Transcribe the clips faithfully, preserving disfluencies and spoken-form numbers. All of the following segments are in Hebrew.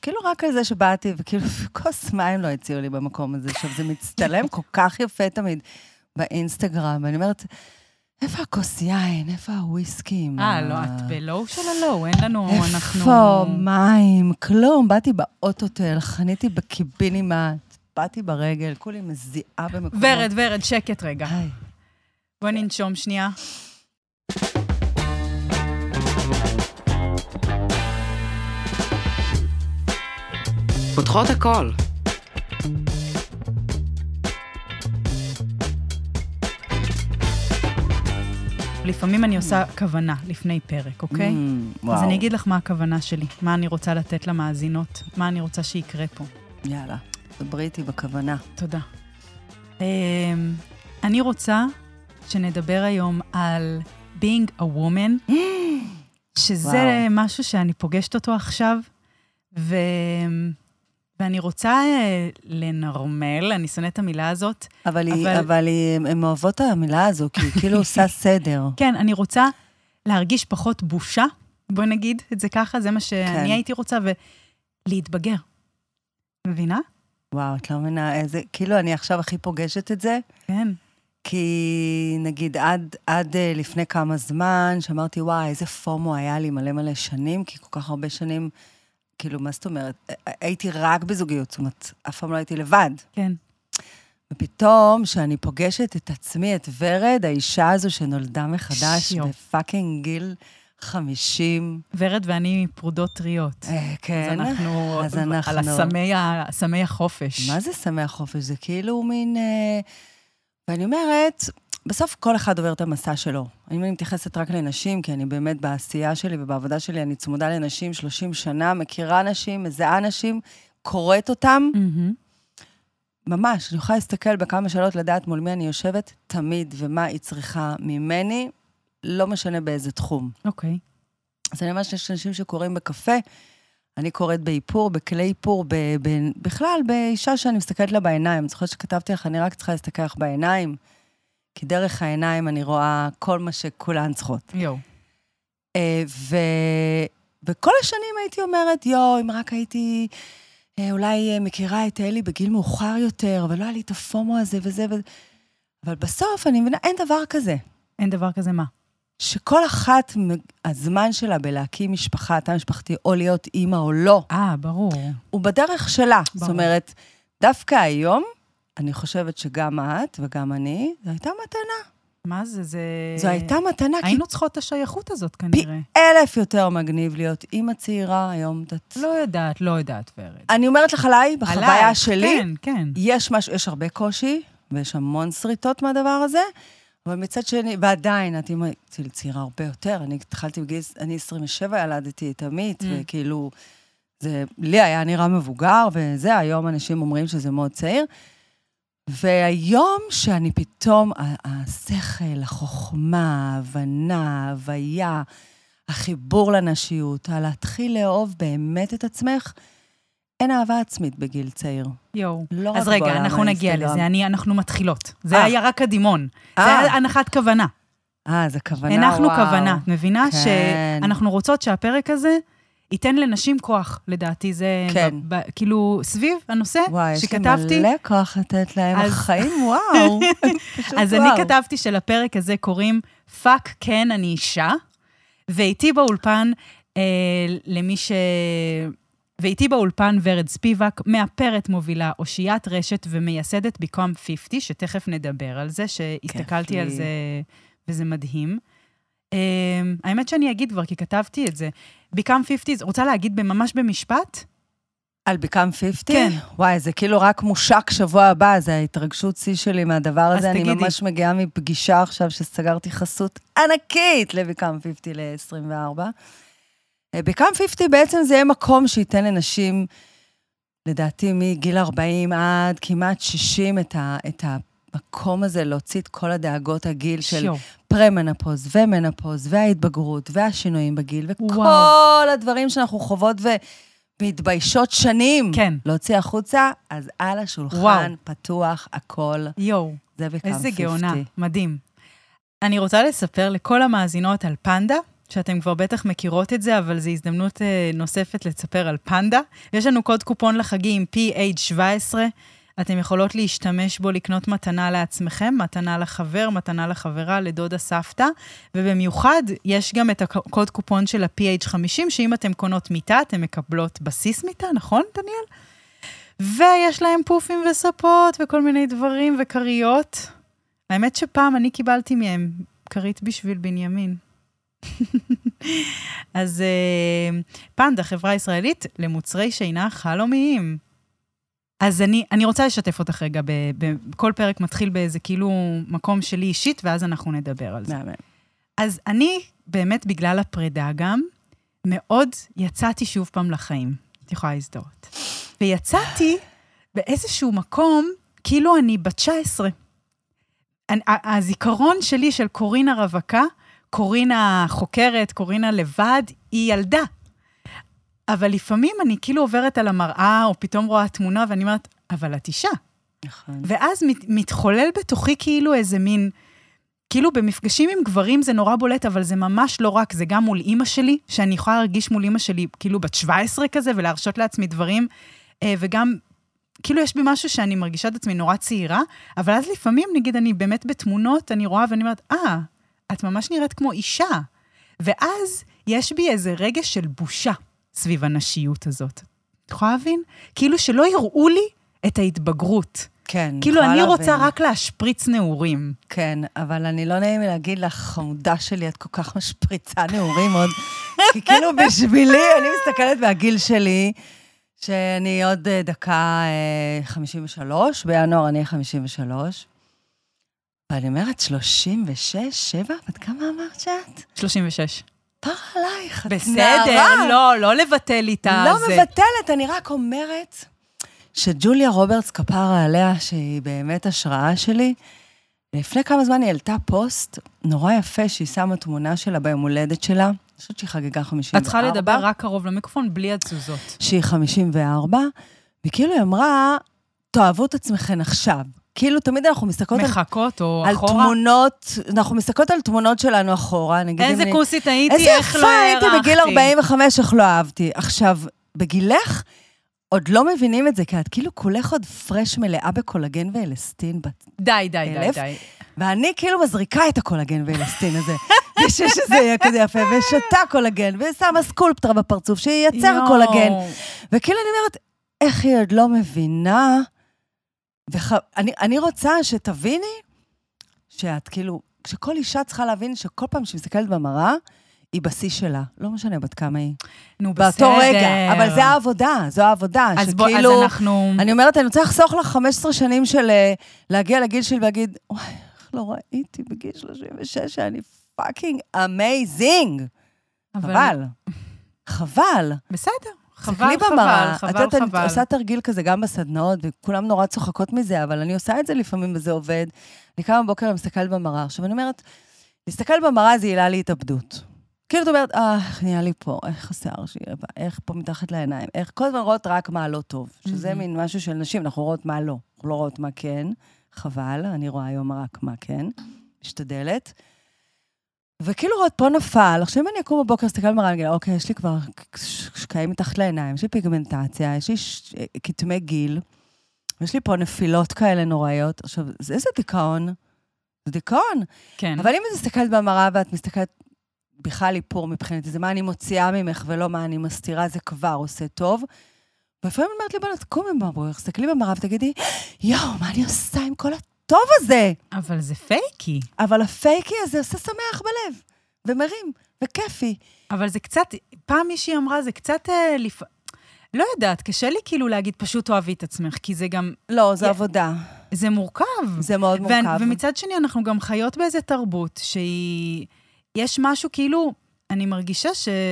כאילו רק על זה שבאתי, וכאילו כוס מים לא הציעו לי במקום הזה. עכשיו, זה מצטלם כל כך יפה תמיד באינסטגרם, ואני אומרת, איפה הכוס יין? איפה הוויסקי? אה, לא, את בלואו של הלואו, אין לנו, אנחנו... איפה מים? כלום, באתי באוטוטל, חניתי בקיבינימט, באתי ברגל, כולי מזיעה במקומות. ורד, ורד, שקט רגע. היי. בואי ננשום שנייה. פותחות הכל. לפעמים אני עושה כוונה לפני פרק, אוקיי? Mm, אז אני אגיד לך מה הכוונה שלי, מה אני רוצה לתת למאזינות, מה אני רוצה שיקרה פה. יאללה, דברי איתי בכוונה. תודה. אני רוצה שנדבר היום על being a woman, שזה משהו שאני פוגשת אותו עכשיו, ו... ואני רוצה לנרמל, אני שונאת את המילה הזאת. אבל, אבל... היא, אבל היא, הם אוהבות את המילה הזו, כי היא כאילו עושה סדר. כן, אני רוצה להרגיש פחות בושה, בואי נגיד את זה ככה, זה מה שאני כן. הייתי רוצה, ולהתבגר. מבינה? וואו, את לא מבינה איזה, כאילו אני עכשיו הכי פוגשת את זה. כן. כי נגיד עד, עד לפני כמה זמן, שאמרתי, וואי, איזה פומו היה לי מלא מלא שנים, כי כל כך הרבה שנים, כאילו, מה זאת אומרת? הייתי רק בזוגיות, זאת אומרת, אף פעם לא הייתי לבד. כן. ופתאום, שאני פוגשת את עצמי, את ורד, האישה הזו שנולדה מחדש, בפאקינג גיל חמישים. ורד ואני פרודות טריות. כן. אז אנחנו, אז אנחנו... על הסמי החופש. מה זה סמי החופש? זה כאילו מין... ואני אומרת, בסוף כל אחד עובר את המסע שלו. אם אני מתייחסת רק לנשים, כי אני באמת בעשייה שלי ובעבודה שלי, אני צמודה לנשים שלושים שנה, מכירה נשים, מזהה נשים, קוראת אותם. Mm-hmm. ממש, אני יכולה להסתכל בכמה שאלות לדעת מול מי אני יושבת, תמיד, ומה היא צריכה ממני, לא משנה באיזה תחום. אוקיי. Okay. אז אני ממש, יש אנשים שקוראים בקפה, אני קוראת באיפור, בכלי איפור, ב, ב, בכלל, באישה שאני מסתכלת לה בעיניים. אני זוכרת שכתבתי לך, אני רק צריכה להסתכל לך בעיניים, כי דרך העיניים אני רואה כל מה שכולן צריכות. יו. ו... וכל השנים הייתי אומרת, יו, אם רק הייתי אולי מכירה את אלי בגיל מאוחר יותר, אבל לא היה לי את הפומו הזה וזה וזה. אבל בסוף אני מבינה, אין דבר כזה. אין דבר כזה מה? שכל אחת, הזמן שלה בלהקים משפחה, תא משפחתי, או להיות אימא או לא. אה, ברור. הוא בדרך שלה. ברור. זאת אומרת, דווקא היום, אני חושבת שגם את וגם אני, זו הייתה מתנה. מה זה? זה... זו הייתה מתנה. היינו צריכות את השייכות הזאת כנראה. פי אלף יותר מגניב להיות אימא צעירה היום. דת... לא יודעת, לא יודעת, ורד. אני אומרת לך עליי, בחוויה עליי, שלי, כן, כן. יש משהו, יש הרבה קושי, ויש המון שריטות מהדבר הזה, אבל מצד שני, ועדיין, את אימא צעירה הרבה יותר, אני התחלתי בגיל, אני עשרים ושבע ילדתי את עמית, mm. וכאילו, זה, לי היה נראה מבוגר, וזה, היום אנשים אומרים שזה מאוד צעיר, והיום שאני פתאום, השכל, החוכמה, ההבנה, ההוויה, החיבור לנשיות, להתחיל לאהוב באמת את עצמך, אין אהבה עצמית בגיל צעיר. יואו. לא אז רגע, אנחנו נגיע לזה, אני, אנחנו מתחילות. זה היה רק הדימון. זה היה הנחת כוונה. אה, זה כוונה, וואו. אנחנו כוונה. מבינה שאנחנו רוצות שהפרק הזה ייתן לנשים כוח, לדעתי. זה כאילו סביב הנושא שכתבתי. וואי, יש לי מלא כוח לתת להם החיים, וואו. אז אני כתבתי שלפרק הזה קוראים פאק כן אני אישה, ואיתי באולפן למי ש... ואיתי באולפן ורד ספיבק, מאפרת מובילה אושיית רשת ומייסדת ביקום חמישים, שתכף נדבר על זה, שהסתכלתי על זה, וזה מדהים. האמת שאני אגיד כבר, כי כתבתי את זה. ביקום חמישים, רוצה להגיד ממש במשפט? על ביקום חמישים? כן. וואי, זה כאילו רק מושק שבוע הבא, זה ההתרגשות שיא שלי מהדבר הזה. אני תגידי. ממש מגיעה מפגישה עכשיו, שסגרתי חסות ענקית לביקום חמישים ל-עשרים וארבע. ביקום חמישים בעצם זה יהיה מקום שייתן לנשים, לדעתי מגיל ארבעים עד כמעט שישים, את, ה, את המקום הזה להוציא את כל הדאגות הגיל של פרמנפוז ומנפוז וההתבגרות והשינויים בגיל, וכל וואו. הדברים שאנחנו חוות ומתביישות שנים כן. להוציא החוצה, אז על השולחן וואו. פתוח הכל. יו, זה ביקום חמישים. איזה גאונה, מדהים. אני רוצה לספר לכל המאזינות על פנדה, שאתם כבר בטח מכירות את זה, אבל זו הזדמנות נוספת לספר על פנדה. יש לנו קוד קופון לחגים פי אייץ' שבע עשרה, אתם יכולות להשתמש בו, לקנות מתנה לעצמכם, מתנה לחבר, מתנה לחברה, לדודה סבתא, ובמיוחד יש גם את הקוד קופון של ה-פי אייץ' חמישים, שאם אתם קונות מיטה, אתם מקבלות בסיס מיטה, נכון, דניאל? ויש להם פופים וספות וכל מיני דברים וקריות. האמת שפעם אני קיבלתי מהם קרית בשביל בנימין. אז פנדה, חברה ישראלית למוצרי שינה חלומיים. אז אני, אני רוצה לשתף אותך רגע, בכל פרק מתחיל באיזה כאילו מקום שלי אישית, ואז אנחנו נדבר על זה. מאמן. אז אני באמת בגלל הפרידה גם, מאוד יצאתי שוב פעם לחיים. את יכולה להזדהות. ויצאתי באיזשהו מקום, כאילו אני בת תשע עשרה. הזיכרון שלי של קורינה רווקה, קורינה חוקרת, קורינה לבד, היא ילדה. אבל לפעמים אני כאילו עוברת על המראה, או פתאום רואה תמונה, ואני אומרת, אבל את אישה. נכון. ואז מת, מתחולל בתוכי כאילו איזה מין, כאילו במפגשים עם גברים זה נורא בולט, אבל זה ממש לא רק, זה גם מול אמא שלי, שאני יכולה להרגיש מול אמא שלי, כאילו בת שבע עשרה כזה, ולהרשות לעצמי דברים, וגם, כאילו יש בי משהו שאני מרגישה את עצמי נורא צעירה, אבל אז לפעמים, נגיד, אני באמת בתמונות, אני רואה ואני אומרת, אה, את ממש נראית כמו אישה. ואז יש בי איזה רגש של בושה סביב הנשיות הזאת. את יכולה להבין? כאילו שלא יראו לי את ההתבגרות. כן, כאילו אני רוצה רק להשפריץ נעורים. כן, אבל אני לא נעים להגיד לך, חמודה שלי, את כל כך משפריצה נעורים עוד, כי כאילו בשבילי, אני מסתכלת בהגיל שלי, שאני עוד דקה חמישים ושלוש, בינואר אני חמישים ושלוש, ואני אומרת שלושים ושש, שבע, בת כמה אמרת שאת? שלושים ושש. פר עלייך, את בסדר, נערה. לא, לא לבטל איתה. לא זה. מבטלת, אני רק אומרת שג'וליה רוברטס כפרה עליה, שהיא באמת השראה שלי, לפני כמה זמן היא העלתה פוסט נורא יפה, שהיא שמה תמונה שלה ביום הולדת שלה, אני חושבת שהיא חגגה חמישים וארבע. את צריכה לדבר רק קרוב למיקרופון, בלי התזוזות. שהיא חמישים וארבע, וכאילו היא אמרה, תאהבו את עצמכם עכשיו. כאילו תמיד אנחנו מסתכלות מחכות או על אחורה? תמונות, אנחנו מסתכלות על תמונות שלנו אחורה. איזה אני, כוסית הייתי, איזה איך לא הערכתי. הייתי בגיל ארבעים וחמש, איך לא אהבתי. עכשיו, בגילך, עוד לא מבינים את זה, כי את כאילו כולך עוד פרש מלאה בקולגן ואלסטין. די, די, די, די. ואני כאילו מזריקה את הקולגן ואלסטין הזה. בשביל שזה יהיה כזה יפה, ושותה קולגן, ושמה סקולפטרה בפרצוף, שייצר קולגן. וכאילו אני אומרת, איך היא עוד לא מבינה? וח... אני, אני רוצה שתביני, שאת כאילו, כשכל אישה צריכה להבין שכל פעם שהיא מסתכלת במראה, היא בשיא שלה. לא משנה בת כמה היא. נו, באותו בסדר. רגע. אבל זה העבודה, זו העבודה. אז שכאילו, בוא, אז אנחנו... אני אומרת, אני רוצה לחסוך לך חמש עשרה שנים של להגיע לגיל שלי ולהגיד, וואי, איך לא ראיתי בגיל שלושים ושש, שאני פאקינג אמייזינג. חבל. חבל. בסדר. חבל, חבל, חבל, חבל. חבל. אני עושה תרגיל כזה גם בסדנאות, וכולם נורא צוחקות מזה, אבל אני עושה את זה לפעמים, וזה עובד. אני קמה בבוקר ומסתכלת במראה. עכשיו, אני אומרת, להסתכל במראה זה יעלה לי התאבדות. כאילו את אומרת, אה, איך נהיה לי פה, איך השיער שיהיה, איך פה מתחת לעיניים, איך כל הזמן רואות רק מה לא טוב, שזה מין משהו של נשים, אנחנו רואות מה לא, אנחנו לא רואות מה כן, חבל, אני רואה היום רק מה כן, משתדלת. וכאילו רואות פה נפל, עכשיו אם אני אקום בבוקר, אסתכל במראה, אני אגיד, אוקיי, יש לי כבר שקעים מתחת לעיניים, יש לי פיגמנטציה, יש לי כתמי גיל, יש לי פה נפילות כאלה נוראיות, עכשיו, איזה דיכאון? זה דיכאון. כן. אבל אם את מסתכלת במראה ואת מסתכלת בכלל איפור מבחינתי, זה מה אני מוציאה ממך ולא מה אני מסתירה, זה כבר עושה טוב. ולפעמים אני אומרת לי, בוא נתקום עם בבוא, תסתכלי במראה ותגידי, יואו, מה אני עושה עם כל הטוב הזה? אבל זה פייקי. אבל הפייקי הזה עושה שמח בלב, ומרים, וכיפי. אבל זה קצת, פעם מישהי אמרה, זה קצת, אה, לפ... לא יודעת, קשה לי כאילו להגיד, פשוט אוהבי את עצמך, כי זה גם... לא, זה עבודה. זה מורכב. זה מאוד מורכב. ו- ומצד שני, אנחנו גם חיות באיזה תרבות, שהיא... יש משהו כאילו, אני מרגישה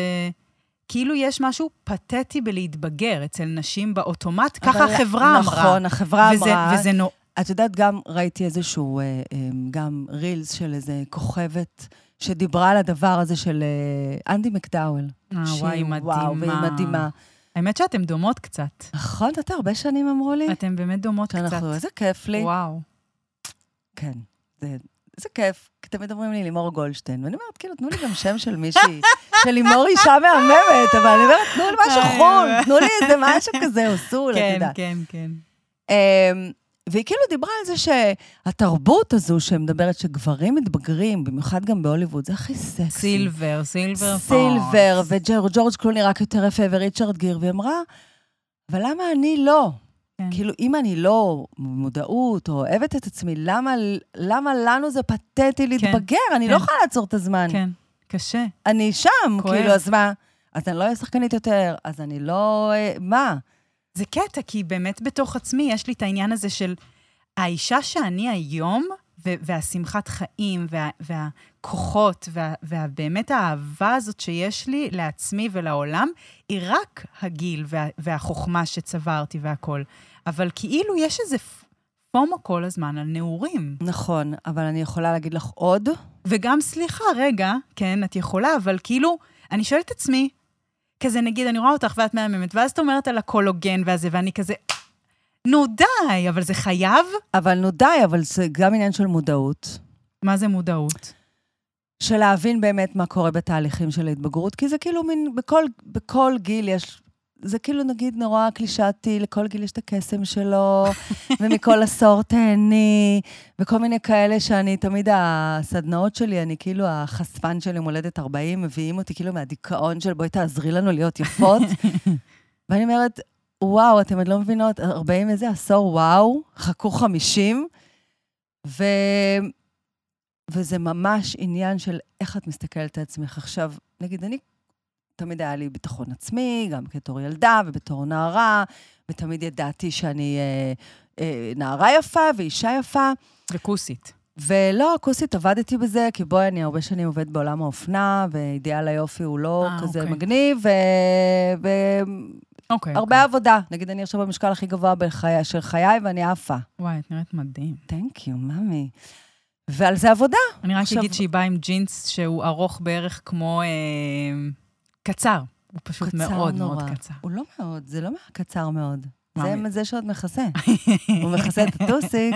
שכאילו יש משהו פתטי בלהתבגר אצל נשים באוטומט, ככה החברה אמרה. נכון, החברה וזה, אמרה. וזה נו... את יודעת, גם ראיתי איזשהו, גם רילס של איזה כוכבת, שדיברה על הדבר הזה של אנדי מקדאוול. אה, וואי, מדהימה. וואו, והיא מדהימה. האמת שאתם דומות קצת. נכון, את הרבה שנים אמרו לי. אתם באמת דומות קצת. שאנחנו, איזה כיף לי. וואו. כן, זה... זה כיף, כי תמיד אומרים לי לימור גולדשטיין, ואני אומרת, כאילו, תנו לי גם שם של מישהי, של לימור אישה מהממת, אבל אני אומרת, תנו לי משהו חול, תנו לי איזה משהו כזה, עשו, אתה יודע. כן, כן, כן. והיא כאילו דיברה על זה שהתרבות הזו שמדברת שגברים מתבגרים, במיוחד גם בהוליווד, זה הכי סקסי. סילבר, סילבר פוקס. סילבר, וג'ורג' קלוני רק יותר יפה, וריצ'רד גיר, והיא אמרה, אבל למה אני לא? כן. כאילו, אם אני לא מודעות או אוהבת את עצמי, למה, למה לנו זה פתטי להתבגר? כן. אני כן. לא יכולה לעצור את הזמן. כן, קשה. אני שם, כואב. כאילו, אז מה? אז אני לא אהיה שחקנית יותר, אז אני לא... מה? זה קטע, כי באמת בתוך עצמי יש לי את העניין הזה של האישה שאני היום, והשמחת חיים, וה, והכוחות, וה, והבאמת האהבה הזאת שיש לי לעצמי ולעולם, היא רק הגיל וה, והחוכמה שצברתי והכל. אבל כאילו יש איזה פומו כל הזמן על נעורים. נכון, אבל אני יכולה להגיד לך עוד. וגם סליחה, רגע, כן, את יכולה, אבל כאילו, אני שואלת את עצמי, כזה נגיד, אני רואה אותך ואת מהממת, ואז את אומרת על הקולוגן והזה, ואני כזה... נו די, אבל זה חייב? אבל נו די, אבל זה גם עניין של מודעות. מה זה מודעות? של להבין באמת מה קורה בתהליכים של ההתבגרות, כי זה כאילו מין, בכל, בכל גיל יש, זה כאילו נגיד נורא קלישאתי, לכל גיל יש את הקסם שלו, ומכל עשור תהני, וכל מיני כאלה שאני, תמיד הסדנאות שלי, אני כאילו החשפן שלי מולדת ארבעים, מביאים אותי כאילו מהדיכאון של בואי תעזרי לנו להיות יפות, ואני אומרת, וואו, אתם עוד לא מבינות, ארבעים איזה עשור, וואו, חכו חמישים, ו... וזה ממש עניין של איך את מסתכלת על עצמך. עכשיו, נגיד, אני, תמיד היה לי ביטחון עצמי, גם כתור ילדה ובתור נערה, ותמיד ידעתי שאני אה, אה, נערה יפה ואישה יפה. וכוסית. ולא, כוסית, עבדתי בזה, כי בואי, אני הרבה שנים עובד בעולם האופנה, ואידיאל היופי הוא לא 아, כזה אוקיי. מגניב, ו... ו... אוקיי, הרבה אוקיי. עבודה. נגיד, אני עכשיו במשקל הכי גבוה בחיי, של חיי, ואני עפה. וואי, את נראית מדהים. Thank you, ממי. ועל זה עבודה. אני רק עכשיו... אגיד שהיא באה עם ג'ינס שהוא ארוך בערך כמו אה, קצר. הוא פשוט קצר מאוד נורא. מאוד קצר. הוא לא מאוד, זה לא קצר מאוד. זה מ... זה שעוד מכסה. הוא מכסה את הטוסיק.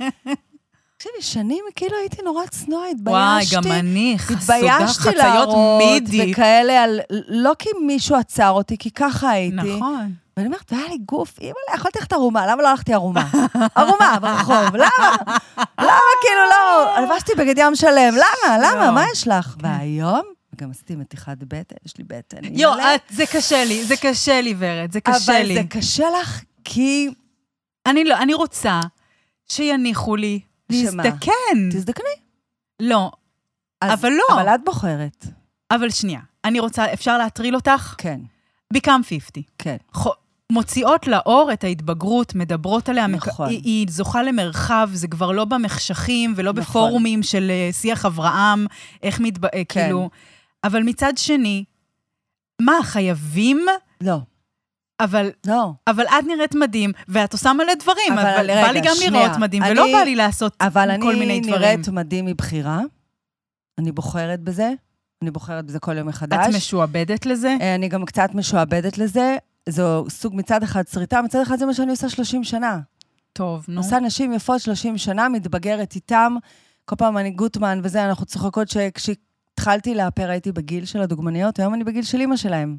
תקשיבי, שנים כאילו הייתי נורא צנועה, התביישתי. וואי, גם אני, חסודה, התביישתי להראות וכאלה, על, לא כי מישהו עצר אותי, כי ככה הייתי. נכון. ואני אומרת, והיה לי גוף, אימא, יכולתי ללכת ערומה, למה לא הלכתי ערומה? ערומה ברחוב, למה? למה כאילו לא? הלבשתי בגד ים שלם, למה? למה? מה יש לך? והיום, גם עשיתי מתיחת בטן, יש לי בטן. יו, זה קשה לי, זה קשה לי, ורד, זה קשה לי. אבל זה קשה לך, כי... אני לא, אני רוצה שיניחו לי להזדקן. תזדקני. לא, אבל לא. אבל את בוחרת. אבל שנייה, אני רוצה, אפשר להטריל אותך? כן. become חמישים. כן. מוציאות לאור את ההתבגרות, מדברות עליה, נכון. היא, היא זוכה למרחב, זה כבר לא במחשכים ולא נכון. בפורומים של שיח אברהם, איך מתבא, כן. כאילו, אבל מצד שני, מה, חייבים? לא. אבל, לא. אבל את נראית מדהים, ואת עושה מלא דברים, אבל, אבל רגע, בא לי גם שנייה. לראות מדהים, אני, ולא בא לי לעשות כל מיני דברים. אבל אני נראית מדהים מבחירה, אני בוחרת בזה, אני בוחרת בזה כל יום מחדש. את משועבדת לזה? אני גם קצת משועבדת לזה, זו סוג מצד אחד שריטה, מצד אחד זה מה שאני עושה שלושים שנה. טוב, נו. עושה נשים יפות שלושים שנה, מתבגרת איתם, כל פעם אני גוטמן וזה, אנחנו צוחקות שכשהתחלתי לאפר הייתי בגיל של הדוגמניות, היום אני בגיל של אמא שלהם.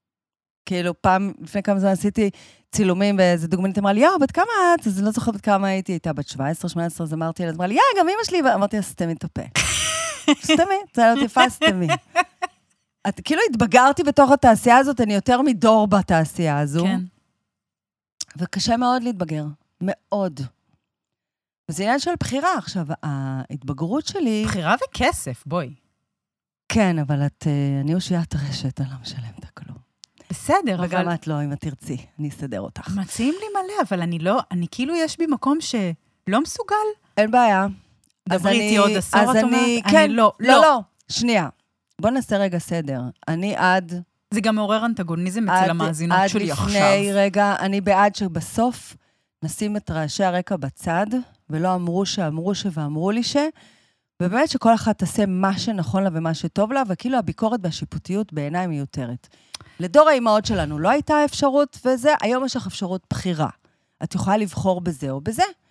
כאילו, פעם, לפני כמה זמן עשיתי צילומים, ואיזה דוגמנית אמרה לי, יאו, בת כמה את? אז אני לא זוכרת בת כמה הייתי, הייתה בת שבע עשרה שמונה עשרה, אז אמרתי לה, אז אמרה לי, יא, גם אמא שלי, ואמרתי, סתמי את הפה. סתמי, זה היה יפה, סתמי. את, כאילו התבגרתי בתוך התעשייה הזאת, אני יותר מדור בתעשייה הזו. כן. וקשה מאוד להתבגר, מאוד. וזה עניין של בחירה. עכשיו, ההתבגרות שלי... בחירה וכסף, בואי. כן, אבל את, אני אושיית רשת, אני לא משלמת כלום. בסדר, אבל... וגם את לא, אם את תרצי, אני אסדר אותך. מציעים לי מלא, אבל אני לא, אני כאילו יש בי מקום שלא מסוגל. אין בעיה. דברי איתי עוד עשור, את אומרת? כן, לא, לא, לא. שנייה. בוא נעשה רגע סדר. אני עד... זה גם מעורר אנטגוניזם אצל המאזינות שלי עכשיו. עד לפני רגע, אני בעד שבסוף נשים את רעשי הרקע בצד, ולא אמרו שאמרו שאמרו לי ש... ובאמת שכל אחת תעשה מה שנכון לה ומה שטוב לה, וכאילו הביקורת והשיפוטיות בעיניי מיותרת. לדור האימהות שלנו לא הייתה אפשרות, וזה, היום יש לך אפשרות בחירה. את יכולה לבחור בזה או בזה.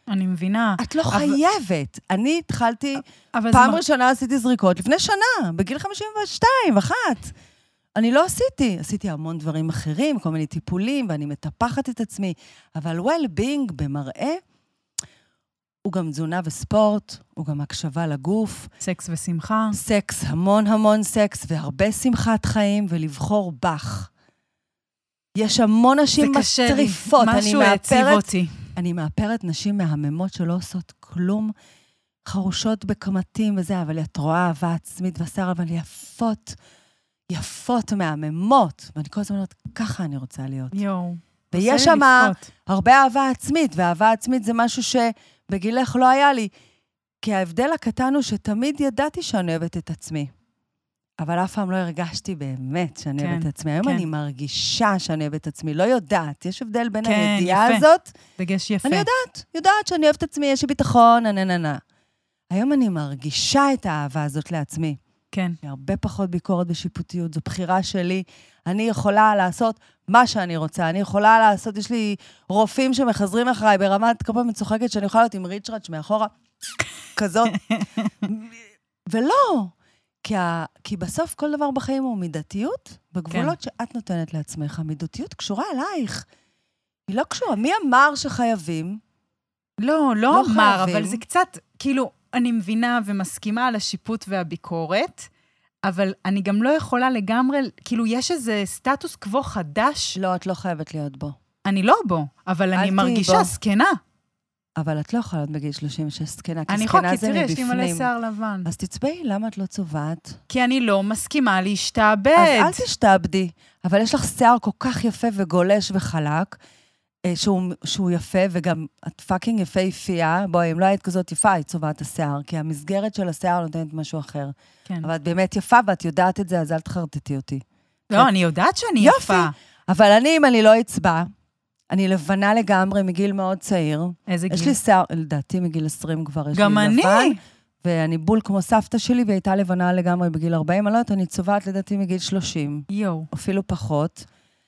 אני מבינה. את לא חייבת. אני התחלתי, אבל פעם זה... ראשונה עשיתי זריקות, לפני שנה, בגיל חמישים ושתיים, אחת. אני לא עשיתי. עשיתי המון דברים אחרים, כל מיני טיפולים, ואני מטפחת את עצמי. אבל well-being במראה, הוא גם תזונה וספורט, הוא גם הקשבה לגוף. סקס ושמחה. סקס, המון המון סקס, והרבה שמחת חיים, ולבחור בך. יש המון נשים מטריפות. משהו הציב אותי. אני מאפרת נשים מהממות שלא עושות כלום, חרושות בקמטים וזה, אבל את רואה אהבה עצמית ושיער, אבל יפות, יפות מהממות. ואני כל הזמן אומרת, ככה אני רוצה להיות. יואו. ויש שם הרבה אהבה עצמית, ואהבה עצמית זה משהו שבגילך לא היה לי. כי ההבדל הקטן הוא שתמיד ידעתי שאני אוהבת את עצמי. אבל אף פעם לא הרגשתי באמת שאני אוהבת את עצמי. היום אני מרגישה שאני אוהבת את עצמי. לא יודעת. יש הבדל בין הידיעה הזאת. דגש יפה. אני יודעת. יודעת שאני אוהבת את עצמי, יש לי ביטחון, ננננה. היום אני מרגישה את האהבה הזאת לעצמי. כן. הרבה פחות ביקורת ושיפוטיות. זו בחירה שלי. אני יכולה לעשות מה שאני רוצה. אני יכולה לעשות, יש לי רופאים שמחזרים אחריי ברמת כל פעם מצוחקת שאני יכולה להיות עם ריצ'ראץ' מאחורה. כזאת. ולא. כי, ה... כי בסוף כל דבר בחיים הוא מידתיות, בגבולות כן. שאת נותנת לעצמך. המידתיות קשורה אלייך. היא לא קשורה. מי אמר שחייבים? לא, לא, לא אמר, חייבים. אבל זה קצת, כאילו, אני מבינה ומסכימה על השיפוט והביקורת, אבל אני גם לא יכולה לגמרי, כאילו, יש איזה סטטוס קוו חדש. לא, את לא חייבת להיות בו. אני לא בו, אבל אני מרגישה סכנה. אבל את לא יכולה להיות בגיל שלושים ושש סכנה, כי סכנה סכנה זה מבפנים. אני יכולה, כי תראי, יש לי מלא שיער לבן. אז תצבעי, למה את לא צובעת? כי אני לא מסכימה להשתעבד. אז אל תשתעבדי, אבל יש לך שיער כל כך יפה וגולש וחלק, שהוא, שהוא יפה, וגם את פאקינג יפה יפייה, בואי, אם לא היית כזאת יפה, היית צובעת השיער, כי המסגרת של השיער נותנת משהו אחר. כן. אבל את באמת יפה, ואת יודעת את זה, אז אל תחרטטי אותי. לא, כן. אני יודעת שאני יופי. יפה. אבל אני, אם אני לא אצבע, אני לבנה לגמרי מגיל מאוד צעיר. איזה גיל? יש לי שיער, לדעתי מגיל עשרים כבר יש לי לבן. גם אני. ואני בול כמו סבתא שלי, והייתה לבנה לגמרי בגיל ארבעים, אני לא יודעת, אני צובעת לדעתי מגיל שלושים. יו. אפילו פחות.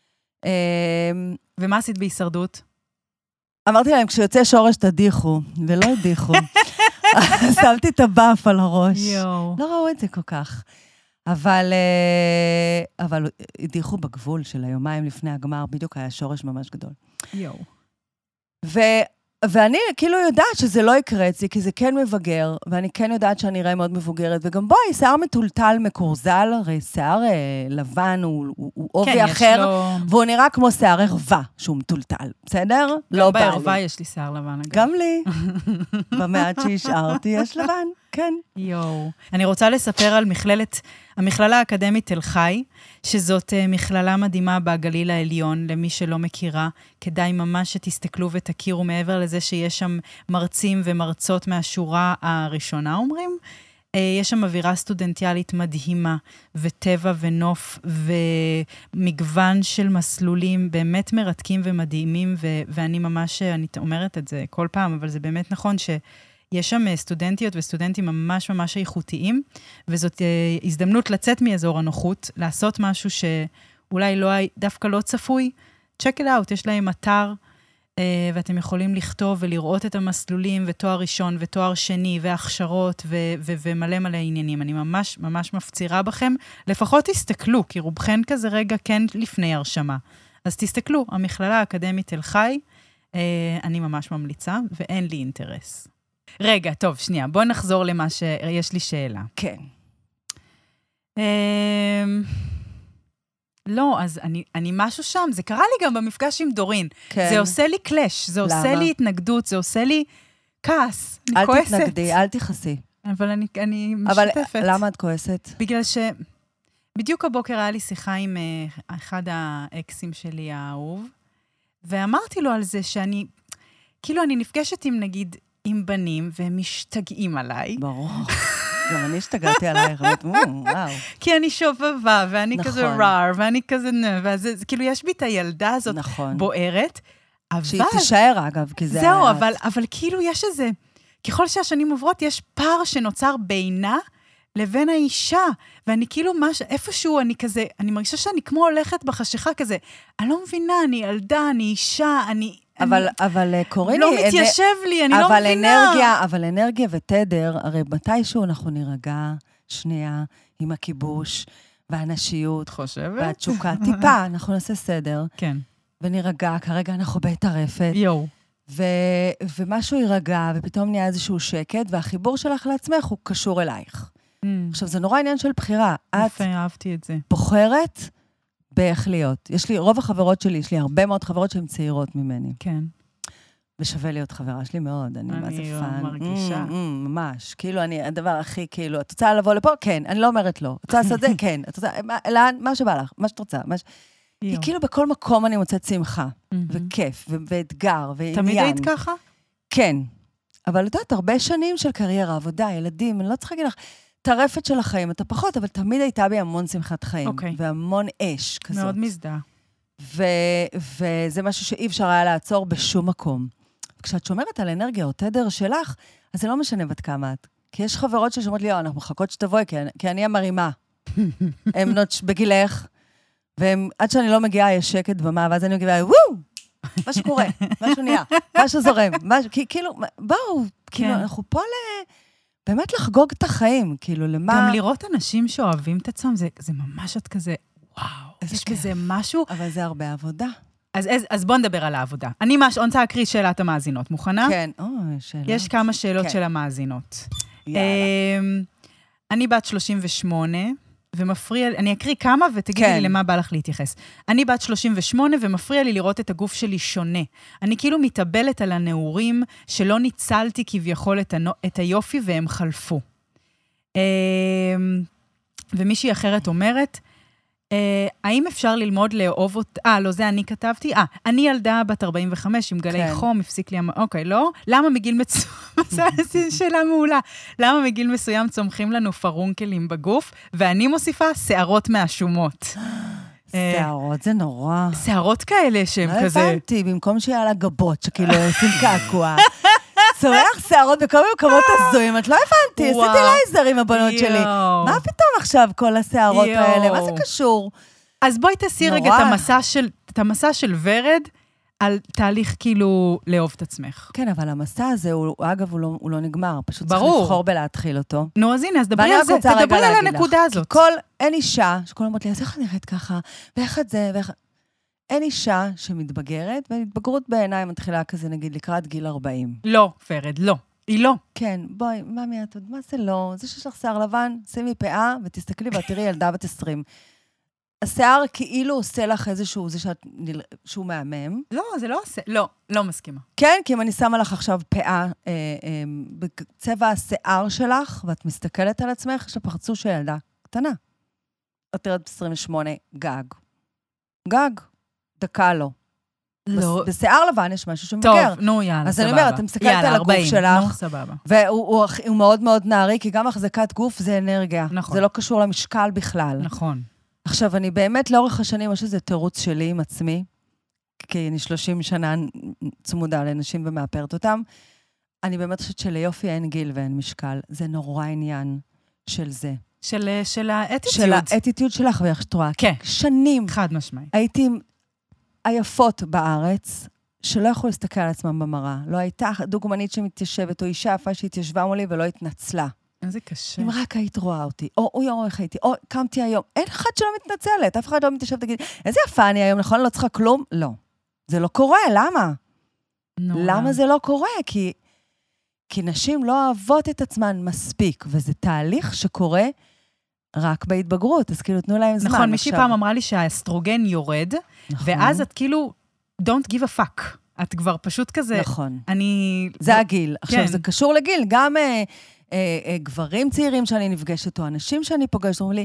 ומה עשית בהישרדות? אמרתי להם, כשיוצא שורש תדיחו, ולא הדיחו. שמתי את הבאף על הראש. יו. לא ראו את זה כל כך. אבל, אבל הדיחו בגבול של היומיים לפני הגמר, בדיוק היה שורש ממש גדול. יו. ו... ואני כאילו יודעת שזה לא יקרה אצלי, כי זה כן מבגר, ואני כן יודעת שאני אראה מאוד מבוגרת, וגם בואי, שיער מטולטל מקורזל, הרי שיער אה, לבן הוא, הוא, הוא עובי כן, אחר, לו... והוא נראה כמו שיער ערווה, שהוא מטולטל, בסדר? גם לא בערווה יש לי שיער לבן, אגב. גם לי. במעט שהשארתי, יש לבן, כן. יואו. אני רוצה לספר על מכללת, המכללה האקדמית תל חי, שזאת מכללה מדהימה בגליל העליון, למי שלא מכירה, כדאי ממש שתסתכלו ותכירו מעבר לזה שיש שם מרצים ומרצות מהשורה הראשונה, אומרים. יש שם אווירה סטודנטיאלית מדהימה, וטבע ונוף, ומגוון של מסלולים באמת מרתקים ומדהימים, ו- ואני ממש, אני אומרת את זה כל פעם, אבל זה באמת נכון ש... יש שם סטודנטיות וסטודנטים ממש ממש איכותיים, וזאת הזדמנות לצאת מאזור הנוחות, לעשות משהו שאולי לא, דווקא לא צפוי. check it out, יש להם אתר, ואתם יכולים לכתוב ולראות את המסלולים, ותואר ראשון ותואר שני, והכשרות, ו- ו- ומלא מלא עניינים. אני ממש ממש מפצירה בכם, לפחות תסתכלו, כי רובכן כזה רגע כן לפני הרשמה. אז תסתכלו, המכללה האקדמית תל חי, אני ממש ממליצה, ואין לי אינטרס. רגע, טוב, שנייה, בוא נחזור למה שיש לי שאלה. כן. לא, אז אני, אני משהו שם, זה קרה לי גם במפגש עם דורין. כן. זה עושה לי קלש, זה עושה לי התנגדות, זה עושה לי כעס, אני כועסת. אל תתנגדי, אל תכעסי. אבל אני, אני משתפת. אבל למה את כועסת? בגלל ש... בדיוק הבוקר היה לי שיחה עם אחד האקסים שלי האהוב, ואמרתי לו על זה שאני, כאילו אני נפגשת עם נגיד, עם בנים, והם משתגעים עליי. ברור. גם אני השתגעתי עלייך, וואו. כי אני שובבה, ואני כזה רר, ואני כזה נה, וזה, כאילו, יש בי את הילדה הזאת בוערת, אבל... שהיא תישאר, אגב, כי זה... זהו, אבל, אבל כאילו יש איזה... ככל שהשנים עוברות, יש פער שנוצר בינה לבין האישה, ואני כאילו, מש, איפשהו אני כזה, אני מרגישה שאני כמו הולכת בחשיכה כזה, אני לא מבינה, אני ילדה, אני אישה, אני... אבל, אבל קוריני... לא מתיישב לי, אני לא אבל מבינה. אנרגיה, אבל אנרגיה ותדר, הרי מתישהו אנחנו נירגע שנייה עם הכיבוש, והנשיות, חושבת? והתשוקה. טיפה, אנחנו נעשה סדר. כן. ונירגע, כרגע אנחנו בית הרפת. יואו. ו- ומשהו יירגע, ופתאום נהיה איזשהו שקט, והחיבור שלך לעצמך הוא קשור אלייך. Mm. עכשיו, זה נורא עניין של בחירה. את יפה, אהבתי את זה. בוחרת באיך להיות. יש לי, רוב החברות שלי, יש לי הרבה מאוד חברות שהן צעירות ממני. כן. ושווה להיות חברה שלי מאוד, אני מה זה פן. אני מרגישה. Mm, mm, ממש. כאילו, אני, הדבר הכי, כאילו, את רוצה לבוא לפה? כן. אני לא אומרת לא. את רוצה לעשות זה? כן. את רוצה, מה, לאן? מה שבא לך, מה שאת רוצה. מה ש... כי כאילו בכל מקום אני מוצאת שמחה, וכיף, ו- ואתגר, ועניין. תמיד היית ככה? כן. אבל את יודעת, הרבה שנים של קריירה, עבודה, ילדים, אני לא צריכה להגיד לך, טרפת של החיים, אתה פחות, אבל תמיד הייתה בי המון שמחת חיים. אוקיי. והמון אש כזאת. מאוד מזדהה. ו- וזה משהו שאי אפשר היה לעצור בשום מקום. כשאת שומרת על אנרגיה או תדר שלך, אז זה לא משנה בת כמה את. כי יש חברות ששומעות לי, אנחנו מחכות שתבואי, כי, כי אני המרימה. הם נות בגילך, ועד שאני לא מגיעה, יש שקט במה, ואז אני מגיעה, וואו! משהו קורה, משהו נהיה, משהו זורם, משהו, כאילו, בואו, כאילו, אנחנו פה ל... באמת לחגוג את החיים, כאילו, למה... גם לראות אנשים שאוהבים את עצמם, זה, זה ממש את כזה, וואו, יש בזה משהו... אבל זה הרבה עבודה. אז, אז, אז בוא נדבר על העבודה. אני מש, רוצה להקריא שאלת המאזינות, מוכנה? כן, או, שאלות. יש כמה שאלות כן. של המאזינות. יאללה. אני בת שלושים ושמונה, ומפריע, אני אקריא כמה ותגידי כן. לי למה בא לך להתייחס. אני בת שלושים ושמונה ומפריע לי לראות את הגוף שלי שונה. אני כאילו מתאבלת על הנעורים שלא ניצלתי כביכול את, הנו, את היופי והם חלפו. ומישהי אחרת אומרת, האם אפשר ללמוד לאהוב אותה? אה, לא, זה אני כתבתי. אה, אני ילדה בת ארבעים וחמש עם גלי כן. חום, הפסיק לי... אוקיי, לא? למה מגיל מסוים... שאלה מעולה. למה מגיל מסוים צומחים לנו פרונקלים בגוף, ואני מוסיפה שערות מהשומות. שערות, זה נורא. שערות כאלה שהם כזה... לא הבנתי, במקום שיהיה לה גבות, שכאילו עושים קעקוע. צורח שערות בכל מיני מקומות הזויים, את לא הבנתי, עשיתי לייזר עם הבנות שלי. מה פתאום עכשיו כל השערות האלה? מה זה קשור? אז בואי תעשי רגע את המסע של ורד, על תהליך כאילו לאהוב את עצמך. כן, אבל המסע הזה, אגב, הוא לא נגמר, פשוט צריך לבחור בלהתחיל אותו. נו, אז הנה, אז דברי על זה, תדברי על הנקודה הזאת. כל, אין אישה, שכל אומרת לי, אז איך אני נראית ככה, ואיך את זה, ואיך... אין אישה שמתבגרת, והתבגרות בעיניי מתחילה כזה, נגיד, לקראת גיל ארבעים. לא, פרד, לא. היא לא. כן, בואי, מה מי את עוד? מה זה לא? זה שיש לך שיער לבן, שימי פאה, ותסתכלי ותראי ילדה בת עשרים. השיער כאילו עושה לך איזשהו, זה שאת, שהוא מהמם. לא, זה לא עושה, לא, לא מסכימה. כן, כי אם אני שמה לך עכשיו פאה, אה, אה, בצבע השיער שלך, ואת מסתכלת על עצמך, יש פרצוף של ילדה קטנה. את תראית עשרים ושמונה, גג. גג. דקה לא. לא. בשיער לבן יש משהו שמגר. טוב, נו, יאללה, סבבה. אז אני אומרת, אתם מסתכלת על הגוף שלך. נו, סבבה. והוא מאוד מאוד נערי, כי גם החזקת גוף זה אנרגיה. נכון. זה לא קשור למשקל בכלל. נכון. עכשיו, אני באמת לאורך השנים, יש איזה תירוץ שלי עם עצמי, כי אני שלושים שנה צמודה לאנשים ומאפרת אותם, אני באמת חושבת שליופי אין גיל ואין משקל. זה נורא עניין של זה. של, של האטיטיוד. של האטיטיוד שלך, ואיך שאת רואה. כן. שנים. חד משמעי. הייתי היפות בארץ, שלא יכולו להסתכל על עצמם במראה. לא הייתה דוגמנית שמתיישבת, או אישה יפה שהתיישבה מולי ולא התנצלה. איזה קשה. אם רק היית רואה אותי, או אוי אוי איך הייתי, או קמתי היום. אין אחד שלא מתנצלת, אף אחד לא מתיישב ותגיד, איזה יפה אני היום, נכון? לא צריכה כלום? לא. זה לא קורה, למה? נורא. למה זה לא קורה? כי, כי נשים לא אוהבות את עצמן מספיק, וזה תהליך שקורה רק בהתבגרות, אז כאילו תנו להם זמן. נכון, מישהי פעם אמרה לי שהאסטרוגן יורד, ואז את כאילו, don't give a fuck. את כבר פשוט כזה... נכון. אני... זה הגיל. עכשיו, זה קשור לגיל. גם אה, אה, אה, גברים צעירים שאני נפגשת, או אנשים שאני פוגשת, אומרים לי,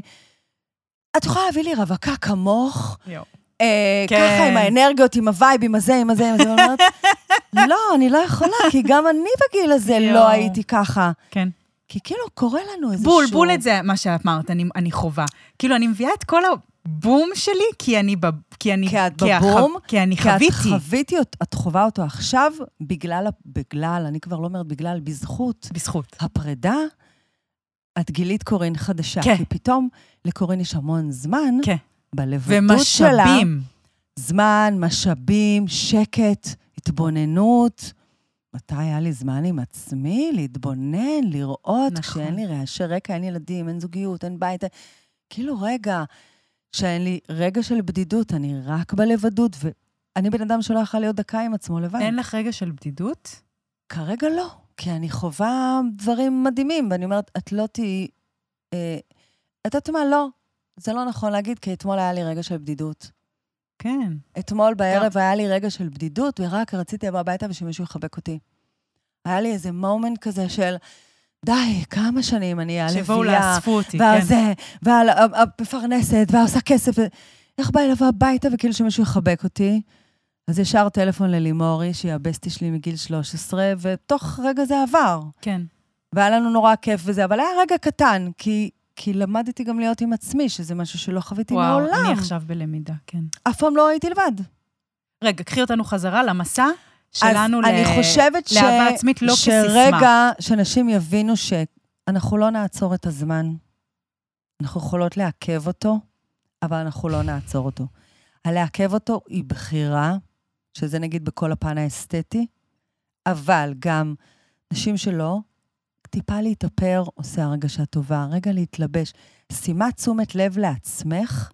את יכולה להביא לי רווקה כמוך? אה, כן. ככה עם האנרגיות, עם הווייב, עם הזה, עם הזה, עם הזה. ואומרת, לא, אני לא יכולה, כי גם אני בגיל הזה לא הייתי ככה. כן. כי כאילו קורה לנו איזשהו... בול, בול את זה, מה שאת אמרת, אני, אני חובה. כאילו, אני מביאה את כל הבום שלי, כי אני, בב, כי אני, כי את בבום, כי אני כי חוויתי. את חוויתי, את חובה אותו עכשיו, בגלל, בגלל, אני כבר לא אומרת בגלל, בזכות. בזכות. הפרידה, את גילית קורין חדשה. כן. כי פתאום לקורין יש המון זמן, כן. בלבדות שלה. ומשאבים. זמן, משאבים, שקט. היא התבוננות, מתי היה לי זמן עם עצמי, להתבונן, לראות, נכון. כשאין לי רעשי רקע, אין ילדים, אין זוגיות, אין בית, כאילו רגע, שאין לי רגע של בדידות, אני רק בלבדות, ואני בן אדם שלא יכול להיות דקה עם עצמו לבד. אין לך רגע של בדידות? כרגע לא, כי אני חווה דברים מדהימים, ואני אומרת, את לא תהי... אה, את יודעת מה? לא. זה לא נכון להגיד, כי אתמול היה לי רגע של בדידות. כן. אתמול בערב היה לי רגע של בדידות, ורק רציתי לבוא הביתה ושמישהו יחבק אותי. היה לי איזה מומנט כזה של, די, כמה שנים אני הלוויה. שבואו לאספו אותי, ועל כן. זה, ועל הפרנסת, ועושה כסף. איך בא לבוא הביתה וכאילו שמישהו יחבק אותי? אז ישר טלפון ללימורי, שהיא הבסטי שלי מגיל שלוש עשרה, ותוך רגע זה עבר. כן. והיה לנו נורא כיף וזה, אבל היה רגע קטן, כי, כי למדתי גם להיות עם עצמי, שזה משהו שלא חוויתי וואו, מעולם. אני עכשיו בלמידה, כן. אף פעם לא הייתי לבד. רגע, קחי אותנו חזרה למסע שלנו אז ל... אני חושבת ש... לאהבה עצמית, לא כסיסמה. שרגע, שאנשים יבינו שאנחנו לא נעצור את הזמן. אנחנו יכולות לעכב אותו, אבל אנחנו לא נעצור אותו. הלעכב אותו היא בחירה, שזה נגיד בכל הפן האסתטי, אבל גם נשים שלא, טיפה להתאפר עושה הרגשה טובה, רגע להתלבש. שימת תשומת לב לעצמך,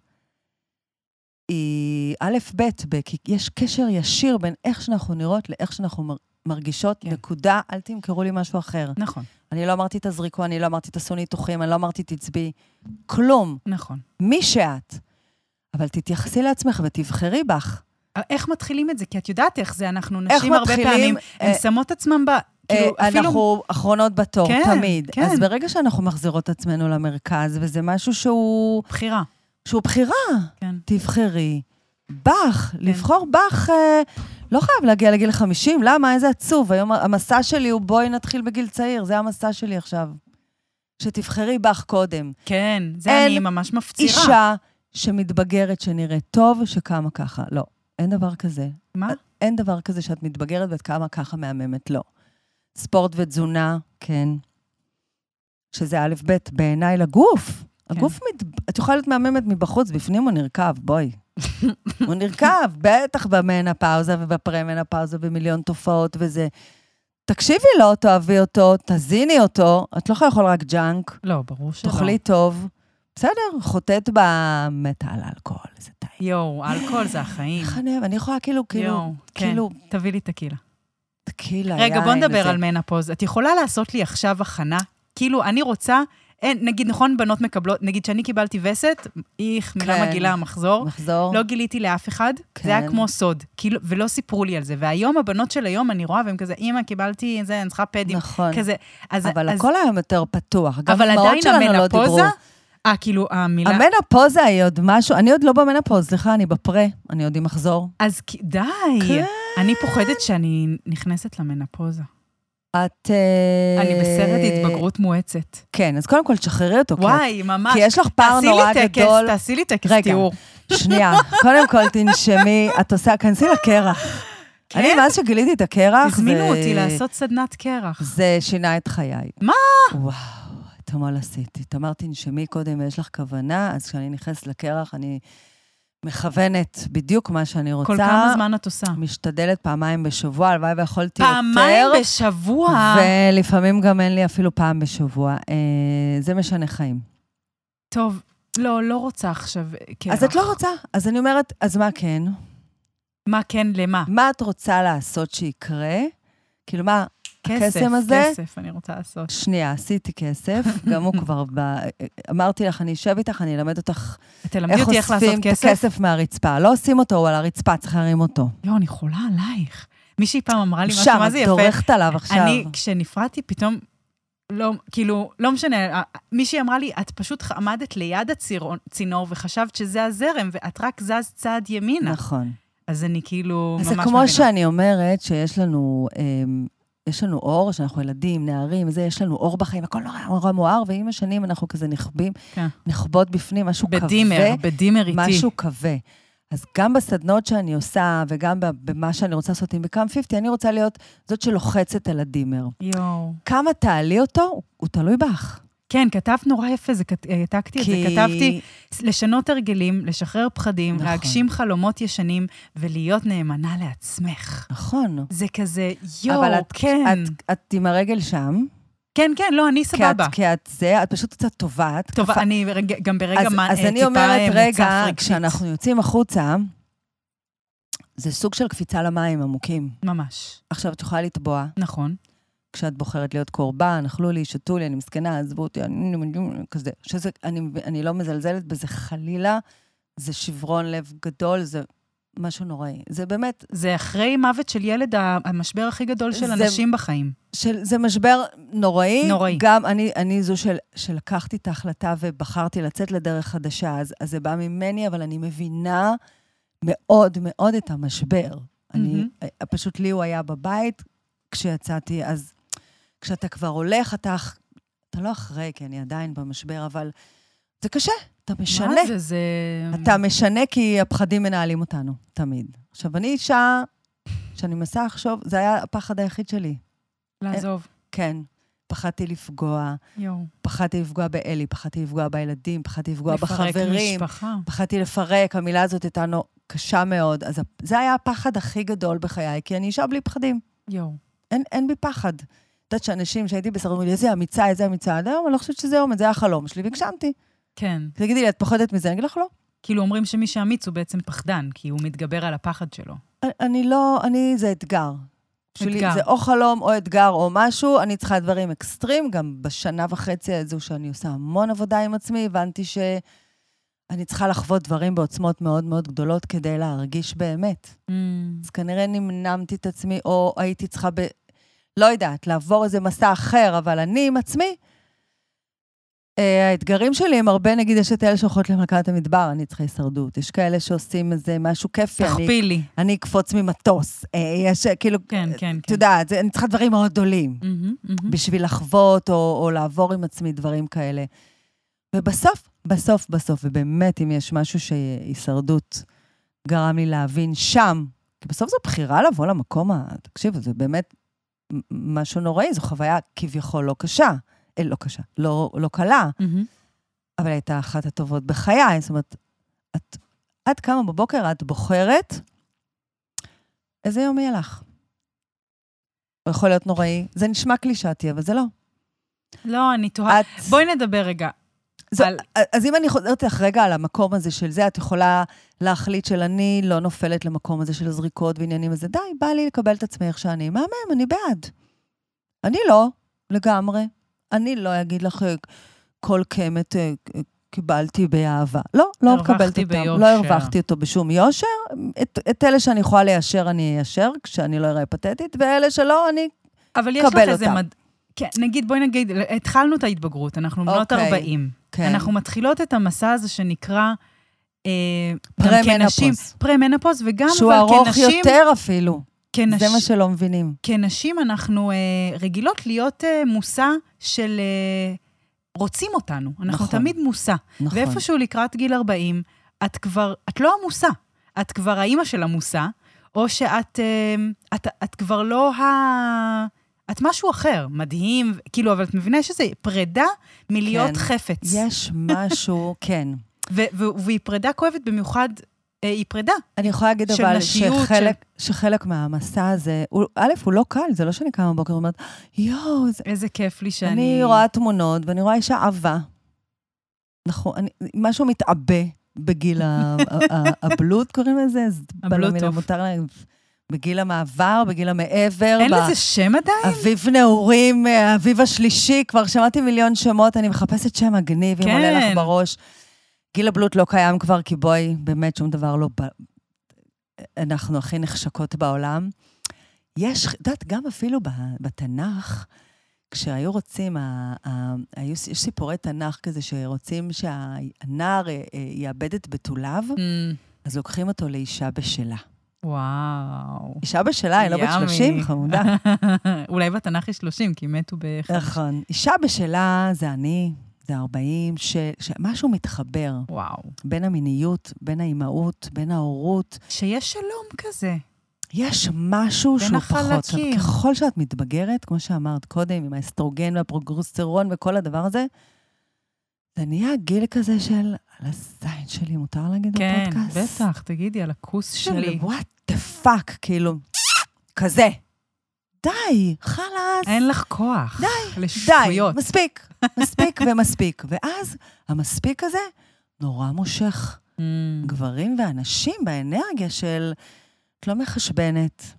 היא א' ב', כי יש קשר ישיר בין איך שאנחנו נראות לאיך שאנחנו מרגישות, כן. נקודה, אל תמכרו לי משהו אחר. נכון. אני לא אמרתי תזריקו, אני לא אמרתי תעשו ניתוחים, אני לא אמרתי תצבי, כלום. נכון. מי שאת. אבל תתייחסי לעצמך ותבחרי בך. איך מתחילים את זה? כי את יודעת איך זה, אנחנו נשים הרבה פעמים, הן שמות עצמם ב... כאילו, אפילו... אנחנו אחרונות בתור, כן, תמיד. כן. אז ברגע שאנחנו מחזירות עצמנו למרכז, וזה משהו שהוא... בחירה. שהוא בחירה. כן. תבחרי. בך, לבחור בך, לא חייב להגיע לגיל חמישים, למה? איזה עצוב. היום המסע שלי הוא בואי נתחיל בגיל צעיר, זה המסע שלי עכשיו. שתבחרי בך קודם. כן, זה אני ממש מפצירה. אישה שמתבגרת, שנראית טוב, שקמה ככה. לא, אין דבר כזה. מה? אין דבר כזה שאת מתבגרת ואת קמה ככה מהממת, לא. ספורט ותזונה, כן. שזה א' ב' בעיניי לגוף. הגוף, את יכולה להיות מהממת מבחוץ, בפנים הוא נרכב, בואי. הוא נרכב, בטח במנופאוזה ובפרמנופאוזה ומיליון תופעות וזה. תקשיבי לו, תאהבי אותו, תזיני אותו, את לא יכולה לאכול רק ג'אנק. לא, ברור שלא. תאכלי טוב. בסדר, חוטאת במטה על אלכוהול, זה טעים. יואו, אלכוהול זה החיים. איך אני, אני יכולה כאילו, כאילו, כאילו... תביא לי טקילה. טקילה, רגע, בוא נדבר על מנופוז. את יכולה לעשות לי עכשיו הכנה? כאילו, אני רוצה... אין, נגיד, נכון, בנות מקבלות, נגיד שאני קיבלתי וסת, איך, מילה מגילה, מחזור. מחזור. לא גיליתי לאף אחד, כן. זה היה כמו סוד, כאילו, ולא סיפרו לי על זה. והיום, הבנות של היום, אני רואה, והם כזה, אמא, קיבלתי זה, אני צריכה פדים. נכון. כזה, אז, אבל אז, הכל היום יותר פתוח. אבל עדיין המנופוזה, אה, כאילו, המילה... המנופוזה היא עוד משהו, אני עוד לא במנופוז, סליחה, אני בפרה, אני עוד עם מחזור. אז די, כן. אני פוחדת שאני נכנסת למנופוזה. את... אני בסרט התבגרות מואצת. כן, אז קודם כל תשחררי אותו. וואי, ממש. כי יש לך פער נורא גדול. תעשי לי טקס תיאור. שנייה, קודם כל תנשמי, את עושה, כנסי לקרח. אני מאז שגיליתי את הקרח, הזמינו אותי לעשות סדנת קרח. זה שינה את חיי. מה? וואו, אתמול עשיתי. תאמר, תנשמי קודם ויש לך כוונה, אז כשאני נכנסת לקרח, אני מכוונת בדיוק מה שאני רוצה. כל כמה זמן את עושה? משתדלת פעמיים בשבוע, הלוואי ויכולתי יותר. פעמיים בשבוע? ולפעמים גם אין לי אפילו פעם בשבוע. זה משנה חיים. טוב, לא, לא רוצה עכשיו קרח. אז את לא רוצה. אז אני אומרת, אז מה כן? מה כן למה? מה את רוצה לעשות שיקרה? כאילו מה, כסף, הקסם הזה? כסף, אני רוצה לעשות. שנייה, עשיתי כסף, גם הוא כבר ב... אמרתי לך, אני אשב איתך, אני אלמד אותך תלמדי אותי איך לעשות כסף. איך אוספים את הכסף מהרצפה. לא עושים אותו, הוא על הרצפה, צריך להרים אותו. יו, אני חולה עלייך. מישהי פעם אמרה לי משהו, שם, מה זה את יפה? דורכת עליו עכשיו. אני, כשנפרדתי, פתאום, לא, כאילו, לא משנה, מישהי אמרה לי, את פשוט עמדת ליד הצינור, וחשבת שזה הזרם, ואת רק זז צעד ימינה. נכון. אז אני כאילו ממש מבינה. זה כמו שאני אומרת, שיש לנו... יש לנו אור, שאנחנו ילדים, נערים, זה, יש לנו אור בחיים, הכל נורא נורא מואר, ועם השנים אנחנו כזה נחבים, כן. נחבות בפנים, משהו בדימר, כווה. בדימר איתי. משהו כווה. אז גם בסדנות שאני עושה, וגם במה שאני רוצה לעשות עם בקאם חמישים, אני רוצה להיות זאת שלוחצת על הדימר. יואו. כמה תעלי אותו, הוא תלוי בך. כן, כתבת נורא יפה, זה, העתקתי את זה, כתבתי לשנות הרגלים, לשחרר פחדים, נכון. להגשים חלומות ישנים, ולהיות נאמנה לעצמך. נכון. זה כזה, יו, אבל את, כן. את, את עם הרגל שם. כן, כן, לא, אני סבבה. כי את זה, את פשוט קצת טובעת. טובה, כפה... אני גם ברגע אז, מה, אז אני אומרת, רגע, כשאנחנו יוצאים החוצה, זה סוג של קפיצה למים עמוקים. ממש. עכשיו, את יכולה לטבוע. נכון. כשאת בוחרת להיות קורבן, אכלו לי, שתו לי, אני מסכנה, עזבו אותי, אני, כזה, שזה, אני, אני לא מזלזלת בזה חלילה, זה שברון לב גדול, זה משהו נוראי. זה באמת... זה אחרי מוות של ילד, המשבר הכי גדול של זה, אנשים בחיים. של, זה משבר נוראי. נוראי. גם אני, אני זו של, שלקחתי את ההחלטה ובחרתי לצאת לדרך חדשה, אז, אז זה בא ממני, אבל אני מבינה מאוד מאוד את המשבר. Mm-hmm. אני, פשוט לי הוא היה בבית, כשיצאתי, אז כשאתה כבר הולך, אתה, אתה לא אחרי, כי אני עדיין במשבר, אבל זה קשה, אתה משנה. מה זה? זה... אתה משנה כי הפחדים מנהלים אותנו, תמיד. עכשיו, אני אישה, שאני מנסה לחשוב, זה היה הפחד היחיד שלי. לעזוב. כן. פחדתי לפגוע, יו. פחדתי לפגוע באלי, פחדתי לפגוע בילדים, פחדתי לפגוע לפרק בחברים. משפחה. פחדתי לפרק, המילה הזאת הייתה קשה מאוד. אז זה היה הפחד הכי גדול בחיי, כי אני אישה בלי פחדים. יו. אין, אין בי פחד. יודעת שאנשים שהייתי בסדר, אומרים לי, איזה אמיצה, איזה אמיצה, עד היום, אני לא חושבת שזה יום, זה היה החלום שלי, והגשמתי. כן. תגידי לי, את פוחדת מזה? אני אגיד לך לא. כאילו אומרים שמי שאמיץ הוא בעצם פחדן, כי הוא מתגבר על הפחד שלו. אני, אני לא, אני, זה אתגר. שלי, אתגר. זה או חלום או אתגר או משהו, אני צריכה דברים אקסטרים, גם בשנה וחצי הזו שאני עושה המון עבודה עם עצמי, הבנתי שאני צריכה לחוות דברים בעוצמות מאוד מאוד גדולות כדי להרגיש באמת. Mm. אז כנראה נמנמתי את עצמי, או הייתי צריכה ב... לא יודעת, לעבור איזה מסע אחר, אבל אני עם עצמי, האתגרים שלי הם הרבה, נגיד, יש את אלה שהולכות למלכת המדבר, אני צריכה הישרדות. יש כאלה שעושים איזה משהו כיפי. תכפילי. אני אקפוץ ממטוס. יש כאילו, כן, כן, כן. אתה יודעת, אני צריכה דברים מאוד גדולים. Mm-hmm, mm-hmm. בשביל לחוות או, או לעבור עם עצמי דברים כאלה. ובסוף, בסוף, בסוף, ובאמת, אם יש משהו שהישרדות גרם לי להבין שם, כי בסוף זו בחירה לבוא למקום, תקשיבו, זה באמת משהו נוראי, זו חוויה כביכול לא קשה. אה, לא קשה, לא, לא קלה, mm-hmm. אבל הייתה אחת הטובות בחיי. זאת אומרת, את, עד כמה בבוקר את בוחרת, איזה יום יהיה לך? הוא יכול להיות נוראי. זה נשמע קלישאתי, אבל זה לא. לא, אני תוהה. את... בואי נדבר רגע. זו, על... אז אם אני חוזרת לך רגע על המקום הזה של זה, את יכולה להחליט של אני לא נופלת למקום הזה של זריקות ועניינים הזה. די, בא לי לקבל את עצמי איך שאני. מה מהם? אני בעד. אני לא, לגמרי. אני לא אגיד לך כל קמת קיבלתי באהבה. לא, לא מקבלת אותם. לא הרווחתי אותו בשום יושר. את, את אלה שאני יכולה ליישר, אני איישר, כשאני לא אראה פתטית, ואלה שלא, אני אבל יש לך איזה מד... כן, נגיד, בואי נגיד, התחלנו את ההתבגרות, אנחנו בנות ארבעים. כן. אנחנו מתחילות את המסע הזה שנקרא פרמנפוס. פרמנפוס, וגם שהוא ארוך כנשים, יותר אפילו. כנש... זה מה שלא מבינים. כנשים אנחנו אה, רגילות להיות אה, מושא של אה, רוצים אותנו. אנחנו נכון. תמיד מושא. נכון. ואיפשהו לקראת גיל ארבעים, את כבר, את לא המושא. את כבר האימא של המושא, או שאת אה, את, את כבר לא ה... את משהו אחר, מדהים, כאילו, אבל את מבינה שזה פרידה מלהיות כן. חפץ. יש משהו, כן. ו- ו- והיא פרידה כואבת במיוחד, היא פרידה. אני יכולה להגיד אבל שחלק, של... שחלק מהמסע הזה, הוא, א', הוא לא קל, זה לא שאני קמה בבוקר ואומרת, יואו, זה... איזה כיף לי שאני... אני רואה תמונות, ואני רואה אישה עבה. נכון, אני, משהו מתעבה בגיל הבלוט, קוראים לזה? הבלוטוף. בגיל המעבר, בגיל המעבר. אין לזה שם עדיין? אביב נעורים, אביב השלישי, כבר שמעתי מיליון שמות, אני מחפשת שם מגניב, אם עולה לך בראש. גיל הבלוט לא קיים כבר, כי בואי, באמת שום דבר לא... אנחנו הכי נחשקות בעולם. יש, יודעת, גם אפילו בתנ"ך, כשהיו רוצים, יש סיפורי תנ"ך כזה, שרוצים שהנער יאבד את בתוליו, אז לוקחים אותו לאישה בשלה. וואו. אישה בשלה, היא לא בת שלושים, חמודה. אולי בתנ"ך היא שלושים, כי מתו באחד. נכון. אישה בשלה זה אני, זה ארבעים, שמשהו מתחבר. וואו. בין המיניות, בין האימהות, בין ההורות. שיש שלום כזה. יש משהו שהוא פחות. ככל שאת מתבגרת, כמו שאמרת קודם, עם האסטרוגן והפרוגסטרון וכל הדבר הזה, זה נהיה גיל כזה של, על הזין שלי, מותר להגיד כן, בפודקאסט? בטח, תגידי, על הכוס שלי. של what the fuck, כאילו, כזה. די, חלאס. אין לך כוח. די, לשטויות. די, מספיק, מספיק ומספיק. ואז המספיק הזה נורא מושך Mm. גברים ואנשים באנרגיה של, את לא מחשבנת,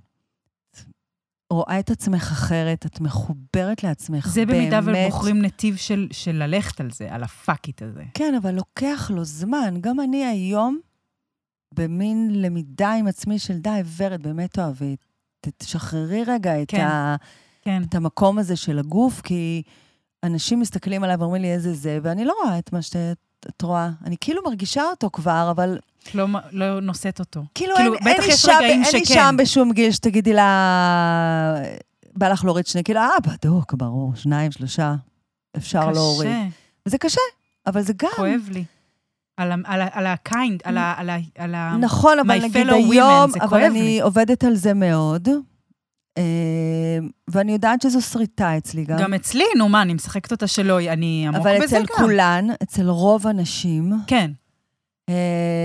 רואה את עצמך אחרת, את מחוברת לעצמך. זה במידה באמת. ובוחרים נתיב של, של ללכת על זה, על הפאקית הזה. כן, אבל לוקח לו זמן. גם אני היום, במין למידה עם עצמי של די, ורד, באמת אוהבי, תשחררי רגע את, כן, ה, כן. את המקום הזה של הגוף, כי אנשים מסתכלים עליי ואומרים לי איזה זה, ואני לא רואה את מה שאת רואה. אני כאילו מרגישה אותו כבר, אבל... לא, לא נושאת אותו. כאילו, כאילו אין, אין, בטח לי יש שם, רגעים אין לי שכן. שם בשום גיל שתגידי לה, בא לך להוריד שני, כאילו, אה, בדוק, ברור, שניים, שלושה, אפשר להוריד. קשה. וזה קשה, אבל זה גם... כואב לי. על ה- על ה- על ה-kind, על ה... על ה- על ה- נכון, אבל my נגיד fellow women, היום, זה אבל כואב אני לי. עובדת על זה מאוד, אה, ואני יודעת שזו שריטה אצלי גם. גם אצלי, נו מה, אני משחקת אותה שלא, אני עמוק אבל בזה גם. אצל כולן, אצל רוב הנשים, כן. אה,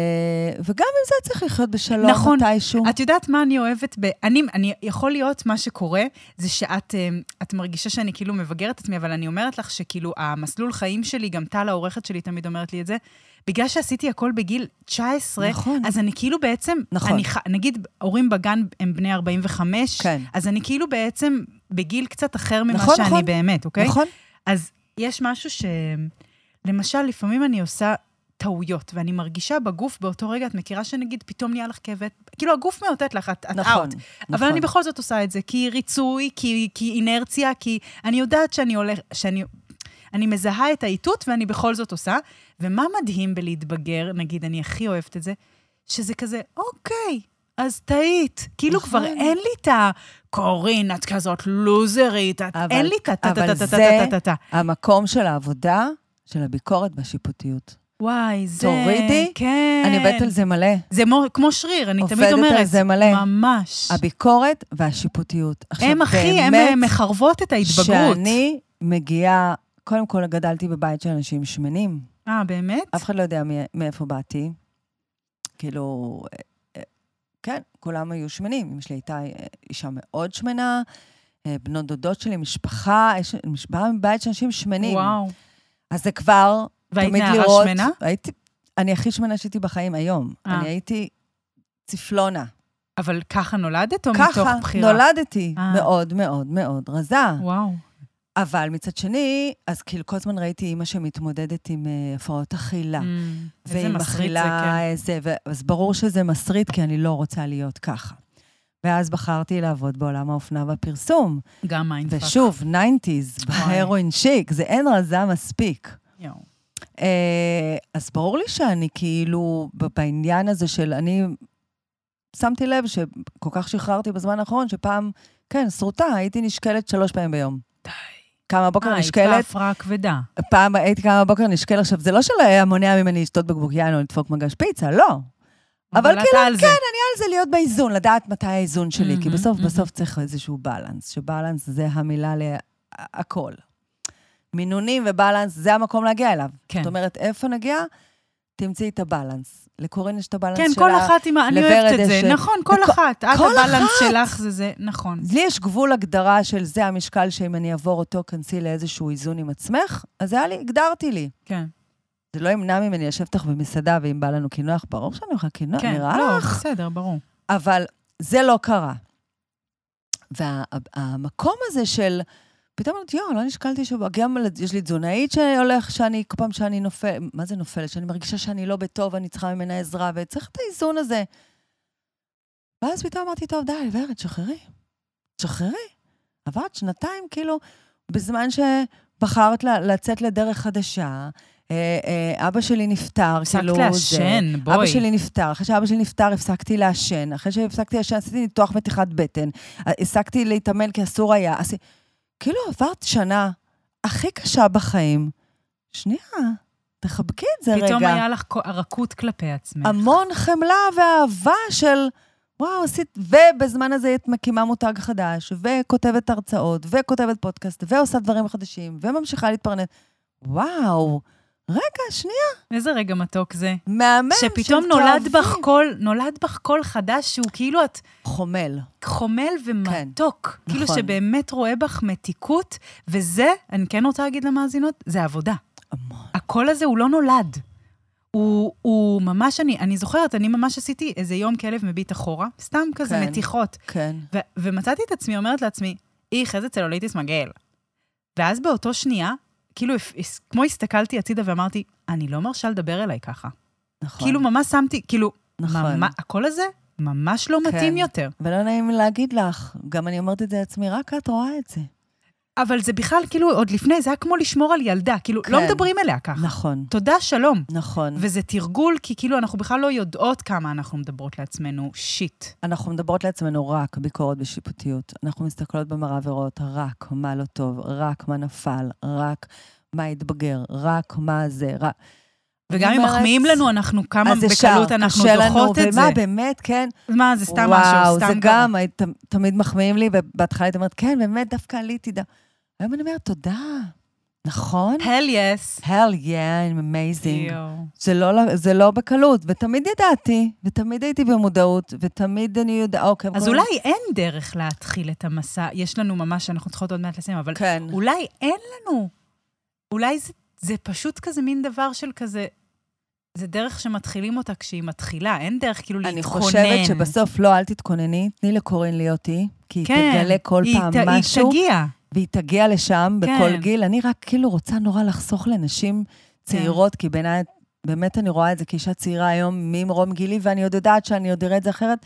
וגם עם זה צריך לחיות בשלום נכון. מתישהו. את יודעת מה אני אוהבת? ב... אני, אני, יכול להיות מה שקורה, זה שאת אה, את מרגישה שאני כאילו מבגרת עצמי, אבל אני אומרת לך שכאילו המסלול חיים שלי, גם טל העורכת שלי תמיד אומרת לי את זה, בגלל שעשיתי הכל בגיל תשע עשרה, נכון. אז אני כאילו בעצם, נכון. אני, נגיד, הורים בגן הם בני ארבעים וחמש, כן. אז אני כאילו בעצם בגיל קצת אחר ממה נכון, שאני נכון. באמת, אוקיי? נכון? אז יש משהו ש... למשל, לפעמים אני עושה טעויות, ואני מרגישה בגוף באותו רגע, את מכירה שנגיד, פתאום נהיה לך כאבת, כאילו הגוף מאותת לך, את, את נכון, out. נכון. אבל אני בכל זאת עושה את זה, כי ריצוי, כי, כי אינרציה, כי אני יודעת שאני הולך, שאני... אני מזהה את האיתות, ואני בכל זאת עושה. ומה מדהים בלהתבגר, נגיד, אני הכי אוהבת את זה, שזה כזה, אוקיי, אז טעית. כאילו נכון. כבר אין לי את הקורין, את כזאת לוזרית, את- אבל- אין לי את ה... אבל זה המקום של העבודה, של הביקורת בשיפוטיות. וואי, זה... תורידי, כן. אני עובדת על זה מלא. זה מו- כמו שריר, אני תמיד עובדת אומרת. על זה מלא. ממש. הביקורת והשיפוטיות. עכשיו, הם הכי, הם באמת, מחרבות את ההתבגרות. שאני מגיעה, קודם כל גדלתי בבית של אנשים שמנים. אה, באמת? אף אחד לא יודע מי- מאיפה באתי. כאילו, אה, אה, כן, כולם היו שמנים. אמא שלי הייתה אה, אישה מאוד שמנה, אה, בנות דודות שלי, משפחה, יש- באה מבית של אנשים שמנים. וואו. אז זה כבר, והיית תמיד נערה לראות... שמנה? הייתי, אני הכי שמנה שהייתי בחיים היום. אה. אני הייתי צפלונה. אבל ככה נולדת או מתוך ככה בחירה? נולדתי, אה. מאוד מאוד מאוד רזה. וואו. אבל מצד שני, אז כאילו כל הזמן ראיתי אימא שמתמודדת עם אה, הפרעות אכילה. Mm, איזה והיא מסריט זה, מכילה כן. איזה, ו- אז ברור שזה מסריט, כי אני לא רוצה להיות ככה. ואז בחרתי לעבוד בעולם האופנה והפרסום. גם מיינדפאק. ושוב, תשעים, בהרואין שיק, זה אין רזה מספיק. יואו. אה, אז ברור לי שאני כאילו, ב- בעניין הזה של, אני שמתי לב שכל כך שחררתי בזמן האחרון, שפעם, כן, סרוטה, הייתי נשקלת שלוש פעמים ביום. די. כמה בוקר אה, היית נשקלת, בהפרעה כבדה. פעם הייתי כמה בוקר נשקל, עכשיו, זה לא שלא היה מונע ממני לשתות בקבוק יין או לדפוק מגש פיצה, לא. אבל אתה כאילו, על זה. כן, אני על זה להיות באיזון, לדעת מתי האיזון שלי, כי מהמם, בסוף, מהמם. בסוף צריך איזשהו בלנס, שבלנס זה המילה להכל. מינונים ובלנס, זה המקום להגיע אליו. כן. זאת אומרת, איפה נגיע? תמצאי את הבלנס. לקורין יש את הבלנס כן, שלה. כל אחת עם ה... אני לוורד אוהבת את יש- זה. נכון, כל לכל- אחת. עד כל הבלנס אחת. שלך זה זה, נכון. לי יש גבול הגדרה של זה המשקל שאם אני אעבור אותו, כנסי לאיזשהו איזון עם עצמך, אז זה היה לי, הגדרתי לי. כן. זה לא ימנע ממני לשבת לך במסעדה, ואם בא לנו קינוח, ברור שאני אוכל קינוח, כן, נראה לא, לך. בסדר, ברור. אבל זה לא קרה. והמקום הזה של, פתאום אמרתי, יואו, לא נשקלתי שבוע, גם יש לי תזונאית שהולך, שאני, כל פעם שאני נופל, מה זה נופלת? שאני מרגישה שאני לא בטוב, אני צריכה ממנה עזרה, וצריך את האיזון הזה. ואז פתאום אמרתי, טוב, די, ורד, שחררי. שחררי. עברת שנתיים, כאילו, בזמן שבחרת לצאת לדרך חדשה, אה, אה, אבא שלי נפטר, הפסקת כאילו, לעשן, זה, בואי. אבא שלי נפטר, אחרי שאבא שלי נפטר, הפסקתי לעשן, אחרי שהפסקתי לעשן, עשיתי ניתוח מתיחת בטן, הפסקתי להתאמן כי אסור היה, אז, כאילו עברת שנה הכי קשה בחיים, שנייה, תחבקי את זה רגע. פתאום היה לך רכות כלפי עצמך. המון חמלה ואהבה של, וואו, עשית, ובזמן הזה את מקימה מותג חדש, וכותבת הרצאות, וכותבת פודקאסט, ועושה דברים חדשים, וממשיכה להתפרנס. וואו, רגע, שנייה. איזה רגע מתוק זה. מהמם של תאהבי. שפתאום נולד בך קול, נולד בך קול חדש, שהוא כאילו את... חומל. חומל ומתוק. כן, כאילו נכון. שבאמת רואה בך מתיקות, וזה, אני כן רוצה להגיד למאזינות, זה עבודה. המון. הקול הזה הוא לא נולד. הוא, הוא ממש, אני, אני זוכרת, אני ממש עשיתי איזה יום כלב מביט אחורה, סתם כזה כן, מתיחות. כן. ו- ומצאתי את עצמי, אומרת לעצמי, איך, איזה צלוליטיס מגעיל. ואז באותו שנייה, כאילו, כמו הסתכלתי הצידה ואמרתי, אני לא מרשה לדבר אליי ככה. נכון. כאילו ממש שמתי, כאילו, נכון. ממש, הקול הזה ממש לא מתאים כן. יותר. ולא נעים להגיד לך, גם אני אומרת את זה לעצמי, רק את רואה את זה. אבל זה בכלל, כאילו, עוד לפני, זה היה כמו לשמור על ילדה, כאילו, כן. לא מדברים אליה ככה. נכון. תודה, שלום. נכון. וזה תרגול, כי כאילו, אנחנו בכלל לא יודעות כמה אנחנו מדברות לעצמנו שיט. אנחנו מדברות לעצמנו רק ביקורת ושיפוטיות. אנחנו מסתכלות במראה ורואות רק מה לא טוב, רק מה נפל, רק מה התבגר, רק מה זה, רק... וגם אם אומרת, מחמיאים לנו, אנחנו כמה אז זה בקלות שר, אנחנו קשה לנו, דוחות את זה. ומה, באמת, כן. מה, זה סתם וואו, משהו, סתם זה גרוע. גם, היית- תמיד מחמיאים לי, ובהתחלה הייתי אומרת, כן, באמת, דווקא עליתי דה. היום אני אומרת, תודה. נכון? hell yes. hell yeah, I'm amazing. יואו. זה לא, זה לא בקלות, ותמיד ידעתי, ותמיד הייתי במודעות, ותמיד אני יודע, אוקיי. אז כל- אולי אין דרך להתחיל את המסע, יש לנו ממש, אנחנו צריכות עוד מעט לסיים, אבל כן. אולי אין לנו. אולי זה, זה פשוט כזה מין דבר של כזה, זה דרך שמתחילים אותה כשהיא מתחילה, אין דרך כאילו להתכונן. אני חושבת שבסוף לא, אל תתכונני, תני לקורין להיות היא, כי היא כן, תגלה כל היא פעם ת, משהו, היא תגיע. והיא תגיע לשם כן. בכל גיל. אני רק כאילו רוצה נורא לחסוך לנשים צעירות, כי בעיניי, באמת אני רואה את זה כאישה צעירה היום, ממרום גילי, ואני עוד יודעת שאני עוד אראה את זה אחרת,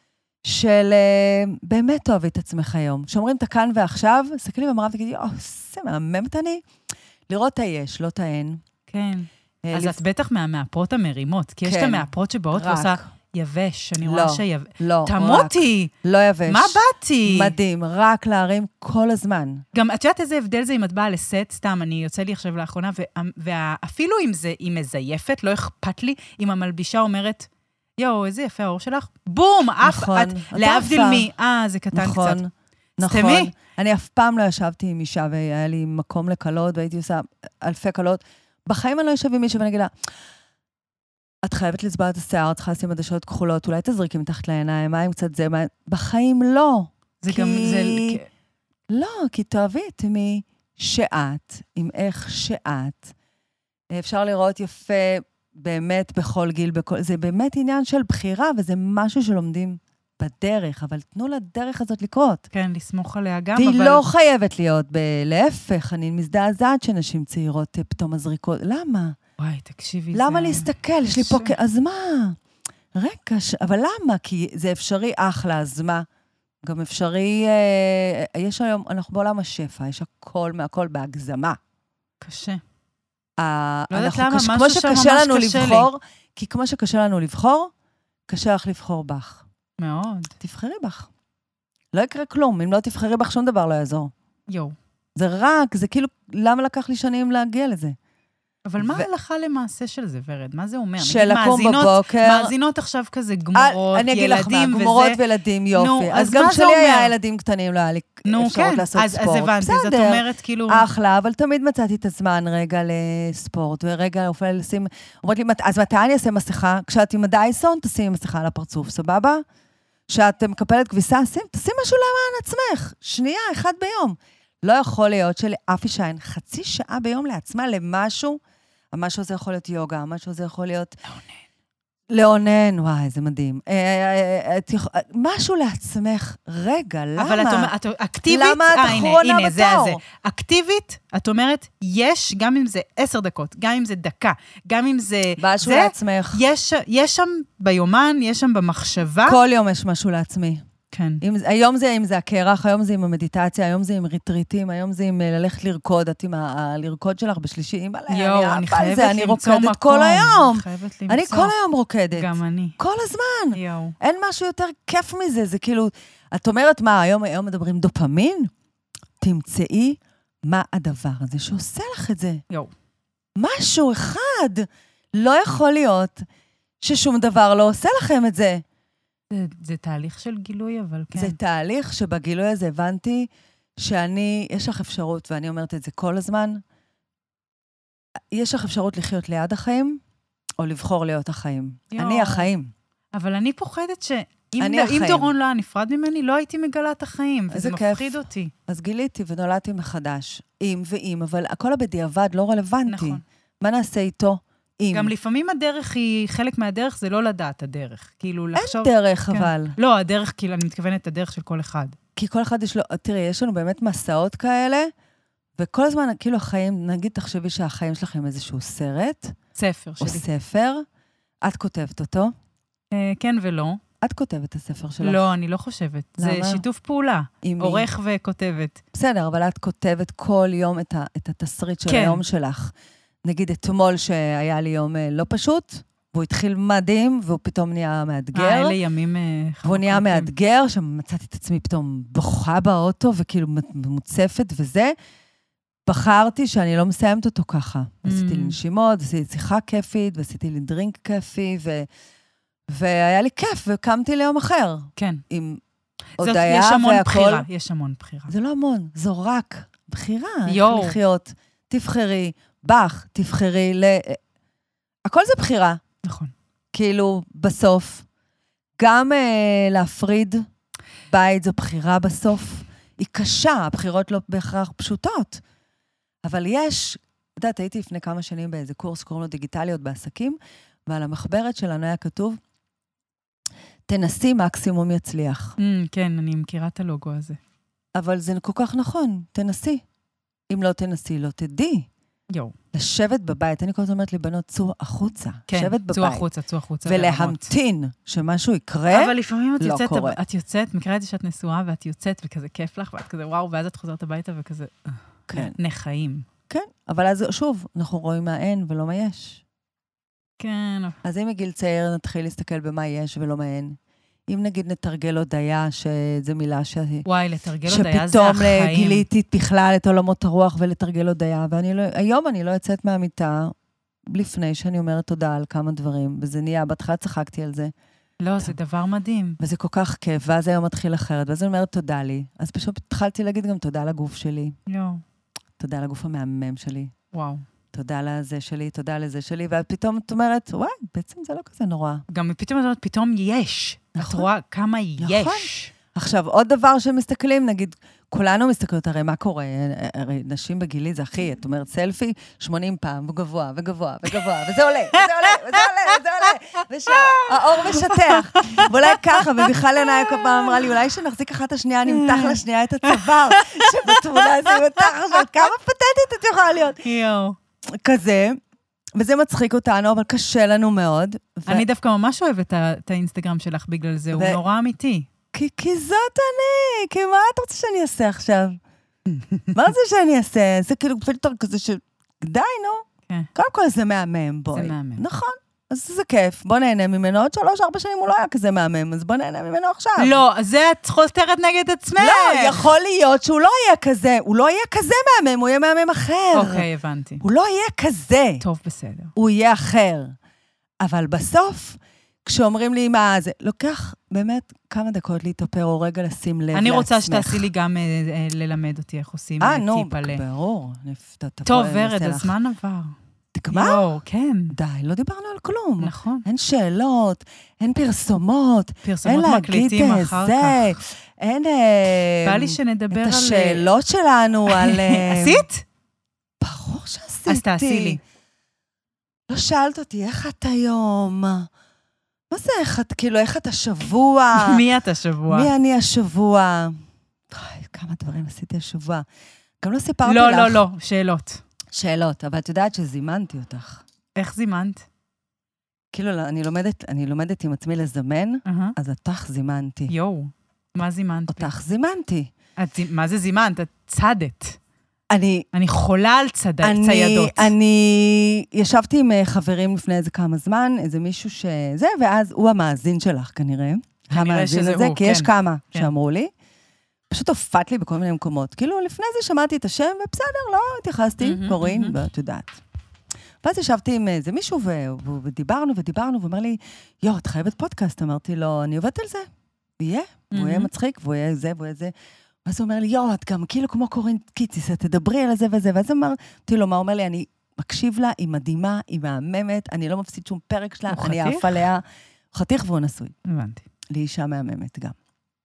של uh, באמת תאהבי את עצמך היום. שאומרים את הכאן ועכשיו, סתכלי במראה ותגידי, או, זה מהממת אני. לראות את היש, לא את האין. כן. אה, אז לפ- את בטח מהמאפרות המרימות, כי יש את כן. המאפרות שבאות רק. ועושה יבש, אני לא, רואה שיבש. לא, תמותי! לא יבש. מה באתי? מדהים, רק להרים כל הזמן. גם את יודעת איזה הבדל זה אם את באה לסט, סתם, אני יוצא לי עכשיו לאחרונה, ואפילו אם זה, היא מזייפת, לא אכפת לי, אם המלבישה אומרת, יואו, איזה יפה האור שלך, בום, אף, נכון, את, אתה להבדיל עפה. מי, אה, זה קטן נכון, קצת. נכון. סתמי. אני אף פעם לא ישבתי עם אישה, והיה לי מקום לקלות, והייתי עושה אלפי קלות. בחיים אני לא יושב עם מישהו ואני אגיד לה, את חייבת לצבוע את השיער, את צריכה לשים עדשות כחולות, אולי תזריקי מתחת לעיניים, מה עם קצת זה, מה... בחיים לא. זה כי... גם, זה... לא, כי תאהבי את מי שאת, עם איך שאת. אפשר לראות יפה באמת בכל גיל, בכל... זה באמת עניין של בחירה, וזה משהו שלומדים בדרך, אבל תנו לדרך הזאת לקרות. כן, לסמוך עליה גם, והיא אבל... לא חייבת להיות, להפך, אני מזדעזעת שנשים צעירות פתאום מזריקות. למה? וואי, תקשיבי, למה זה... להסתכל? יש לי פה... אז מה? רגע, ש... אבל למה? כי זה אפשרי אחלה, אז מה? גם אפשרי... אה, יש היום, אנחנו בעולם השפע, יש הכל מהכל בהגזמה. קשה. אה, לא יודעת אנחנו למה, קש... משהו כמו שם שקשה ממש לנו קשה לי. לבחור, כי כמו שקשה לנו לבחור, קשה לך לבחור בך. מאוד. תבחרי בך. לא יקרה כלום, אם לא תבחרי בך, שום דבר לא יעזור. יואו. זה רק, זה כאילו, למה לקח לי שנים להגיע לזה? אבל מה ו- ההלכה למעשה של זה, ורד? מה זה אומר? של נגיד, לקום מאזינות- בבוקר. מאזינות עכשיו כזה גמורות, אני אגיד לך מה, ילדים גמורות וזה. וילדים, יופי. נו, אז אז גם מה זה כשלי אומר? היה ילדים קטנים, לא היה לי נו, אפשרות כן, לעשות אז, ספורט. אז הבנתי, אז את בסדר. אומרת כאילו... אחלה, אבל תמיד מצאתי את הזמן רגע לספורט, ורגע אופה לשים... אומרת לי, "מת- אז מתי אני אעשה מסכה? כשאת עם הדייסון, תשימי מסכה על הפרצוף, סבבה? כשאת מקפלת כביסה, שים, תשים משהו למען עצמך. שנייה, אחד ביום. לא יכול להיות שלאף אישה אין חצי שעה ביום לעצמה למשהו, המשהו הזה יכול להיות יוגה, המשהו הזה יכול להיות... לאונן, וואי, זה מדהים. אה, אה, אה, את יכ- משהו לעצמך, רגע, למה? אבל את אומרת, את אקטיבית... למה את אה, הנה, אחרונה הנה, זה בתור? הזה. אקטיבית, את אומרת, יש, גם אם זה עשר דקות, גם אם זה דקה, גם אם זה... משהו זה, לעצמך. יש, יש שם ביומן, יש שם במחשבה. כל יום יש משהו לעצמי. כן. אם, היום זה עם זה הקרח, היום זה עם המדיטציה, היום זה עם ריטריטים, היום זה עם אה, ללכת לרקוד, את עם ה- הלרקוד שלך בשלישי, אימא, יואו, אני עפה על חייבת זה, אני למצוא רוקדת מקום. כל היום. אני חייבת למצוא. אני כל היום רוקדת. גם אני. כל הזמן. יואו. אין משהו יותר כיף מזה, זה כאילו, את אומרת, מה, היום, היום מדברים דופמין? תמצאי מה הדבר הזה שעושה לך את זה. יואו. משהו אחד. לא יכול להיות ששום דבר לא עושה לכם את זה. זה, זה תהליך של גילוי, אבל כן. זה תהליך שבגילוי הזה הבנתי שאני, יש לך אפשרות, ואני אומרת את זה כל הזמן, יש לך אפשרות לחיות ליד החיים, או לבחור להיות החיים. יו. אני החיים. אבל אני פוחדת שאם אני אם החיים. דורון לא היה נפרד ממני, לא הייתי מגלה את החיים, וזה כיף. מפחיד אותי. אז גיליתי ונולדתי מחדש. אם ואם, אבל הכל הבדיעבד לא רלוונטי. נכון. מה נעשה איתו? אם. גם לפעמים הדרך היא, חלק מהדרך זה לא לדעת הדרך. כאילו לחשוב... אין דרך, כן. אבל. לא, הדרך, כאילו, אני מתכוונת את הדרך של כל אחד. כי כל אחד יש לו, תראי, יש לנו באמת מסעות כאלה, וכל הזמן, כאילו החיים, נגיד תחשבי שהחיים שלכם איזשהו סרט, ספר או שלי. ספר, את כותבת אותו, אה, כן ולא. את כותבת את הספר שלך. לא, אני לא חושבת. זה למה? שיתוף פעולה. עם מי? עורך וכותבת. בסדר, אבל את כותבת כל יום את, ה, את התסריט של כן. היום שלך. נגיד אתמול שהיה לי יום אה, לא פשוט, והוא התחיל מדהים, והוא פתאום נהיה מאתגר. אה, אלה ימים אה, והוא נהיה חמוקים. מאתגר, שמצאתי את עצמי פתאום בוכה באוטו, וכאילו מוצפת וזה. בחרתי שאני לא מסיימת אותו ככה. Mm. עשיתי לי נשימות, עשיתי שיחה כיפית, ועשיתי לי דרינק כיפי, ו... והיה לי כיף, וקמתי ליום אחר. כן. עם זאת, הודעה יש המון והכל. בחירה, יש המון בחירה. זה לא המון, זו רק בחירה. יואו. איך לחיות. תבחרי, בח, תבחרי ל... הכל זה בחירה. נכון. כאילו, בסוף, גם אה, להפריד בית זו בחירה בסוף. היא קשה, הבחירות לא בהכרח פשוטות. אבל יש, את יודעת, הייתי לפני כמה שנים באיזה קורס שקוראים לו דיגיטליות בעסקים, ועל המחברת שלנו היה כתוב, תנסי מקסימום יצליח. Mm, כן, אני מכירה את הלוגו הזה. אבל זה כל כך נכון, תנסי. אם לא תנסי, לא תדעי. יואו. לשבת בבית, אני כל הזמן אומרת לבנות, צאו החוצה. כן, לשבת בבית. צאו החוצה, צאו החוצה. ולהמתין שמשהו יקרה, אבל לפעמים את לא יוצאת, קורה. את יוצאת, מכירה את זה שאת נשואה, ואת יוצאת, וכזה כיף לך, ואת כזה וואו, ואז את חוזרת הביתה, וכזה, כן. נחיים. כן, אבל אז שוב, אנחנו רואים מה אין ולא מה יש. כן. אז אם מגיל צעיר נתחיל להסתכל במה יש ולא מה אין, אם נגיד נתרגל הודיה, שזו מילה ש... וואי, לתרגל הודיה זה שפתאום החיים. גיליתי בכלל את עולמות הרוח ולתרגל הודיה, והיום אני לא יוצאת מהמיטה, לפני שאני אומרת תודה על כמה דברים, וזה נהיה, בהתחלה צחקתי על זה. לא, זה דבר מדהים. וזה כל כך כיף, ואז היום מתחיל אחרת, ואז אני אומרת תודה לי. אז פשוט התחלתי להגיד גם תודה לגוף שלי. יואו. תודה לגוף המהמם שלי. וואו. תודה לזה שלי, תודה לזה שלי, ופתאום את אומרת, וואי, בעצם זה לא כזה נורא. גם פתאום את אומרת, פתאום יש. נכון. את רואה כמה נכון. יש. עכשיו, עוד דבר שמסתכלים, נגיד, כולנו מסתכלות, הרי מה קורה? הרי נשים בגילי זה הכי, את אומרת, סלפי, שמונים פעם, וגבוה, וגבוה, וגבוה, וזה עולה, וזה עולה, וזה עולה, וזה עולה, ושהאור משטח. ואולי ככה, ובכלל עיניי כל פעם אמרה לי, אולי שנחזיק אחת השנייה, נמתח לשנייה את הצוואר, שבתמונה זה נמתח עכשיו, כמה פתטית את יכולה להיות. יואו. כזה, וזה מצחיק אותנו, אבל קשה לנו מאוד. אני דווקא ממש אוהבת את האינסטגרם שלך בגלל זה, הוא נורא אמיתי. כי, כי זאת אני, כי מה את רוצה שאני אעשה עכשיו? מה זה שאני אעשה? זה כאילו פילטר כזה ש... די, נו. כן. קודם כל זה מהמם, בואי. זה מהמם. נכון. אז זה כיף. בוא נהנה ממנו. עוד שלוש, ארבע שנים הוא לא היה כזה מהמם, אז בוא נהנה ממנו עכשיו. לא, זה את חותרת נגד עצמך. לא, יכול להיות שהוא לא יהיה כזה. הוא לא יהיה כזה מהמם, הוא יהיה מהמם אחר. אוקיי, הבנתי. הוא לא יהיה כזה. טוב, בסדר. הוא יהיה אחר. אבל בסוף, כשאומרים לי מה זה, לוקח באמת כמה דקות להתאפר או רגע לשים לב לעצמך. אני רוצה שתעשי לי גם ללמד אותי איך עושים טיפה ל... אה, נו, ברור. טוב, ורד, הזמן עבר. תגמר? יואו, כן. די, לא דיברנו על כלום. נכון. אין שאלות, אין פרסומות. פרסומות מקליטים אחר כך. אין... בא לי שנדבר על... את השאלות שלנו על... עשית? ברור שעשיתי. אז תעשי לי. לא שאלת אותי, איך את היום? מה זה איך את, כאילו, איך את השבוע? מי את השבוע? מי אני השבוע? אוי, כמה דברים עשיתי השבוע. גם לא סיפרתי לא, לך. לא, לא, שאלות. שאלות, אבל את יודעת שזימנתי אותך. איך זימנת? כאילו, אני לומדת, אני לומדת עם עצמי לזמן, אז אותך זימנתי. יואו, מה זימנת? אותך זימנתי. מה זה זימנת? את צדת. אני... אני חולה על צד... אני, ציידות. אני ישבתי עם חברים לפני איזה כמה זמן, איזה מישהו שזה, ואז הוא המאזין שלך כנראה. המאזין הזה, הוא, כי כן. יש כמה כן. שאמרו לי. פשוט הופעת לי בכל מיני מקומות. כאילו, לפני זה שמעתי את השם, ובסדר, לא התייחסתי, Mm-hmm, קוראים, mm-hmm. ואת יודעת. ואז ישבתי עם איזה מישהו, ו- ו- ודיברנו ודיברנו, ואומר לי, יו, את חייבת פודקאסט. אמרתי לו, אני עובדת על זה. יהיה, mm-hmm. והוא יהיה מצחיק, והוא יהיה זה, והוא יהיה זה. ואז הוא אומר לי, יו, את גם כאילו כמו קורין קיציס, את תדברי על זה וזה. ואז אמרתי לו, מה אומר לי, אני מקשיב לה, היא מדהימה, היא מהממת, אני לא מפסיד שום פרק שלה, הוא אני חתיך? עפה עליה, חתיך והוא נשוי. הבנתי. לאישה מהממת גם.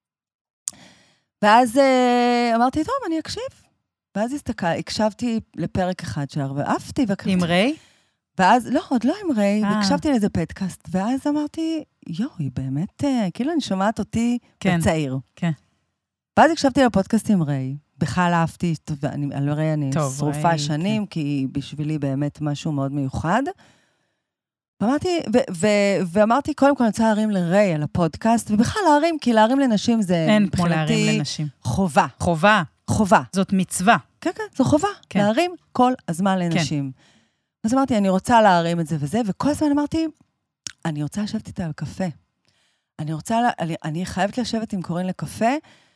ואז אה, אמרתי, טוב, אני אקשיב. ואז הסתכל, הקשבתי לפרק אחד שלה, ועפתי, עם ריי? ואז, לא, עוד לא עם ריי, אה. והקשבתי לאיזה פודקאסט, ואז אמרתי, יו, היא באמת, אה, כאילו אני שומעת אותי כן. בצעיר. כן. ואז הקשבתי לפודקאסט עם ריי, בכלל אהבתי, ואני, על ריי אני טוב, שרופה ריי, שנים, כן. כי היא בשבילי באמת משהו מאוד מיוחד. ואמרתי, ו- ו- ואמרתי, קודם כל אני רוצה להרים לריי על הפודקאסט, ובכלל להרים, כי להרים לנשים זה אין כמו מבחינתי להרים לנשים. חובה. חובה. חובה. זאת מצווה. כן, כן, זו חובה. כן. להרים כל הזמן לנשים. אז אמרתי, אני רוצה להרים את זה וזה, וכל הזמן אמרתי, אני רוצה לשבת איתה על קפה. אני רוצה, לה, אני, אני חייבת לשבת עם קורין לקפה,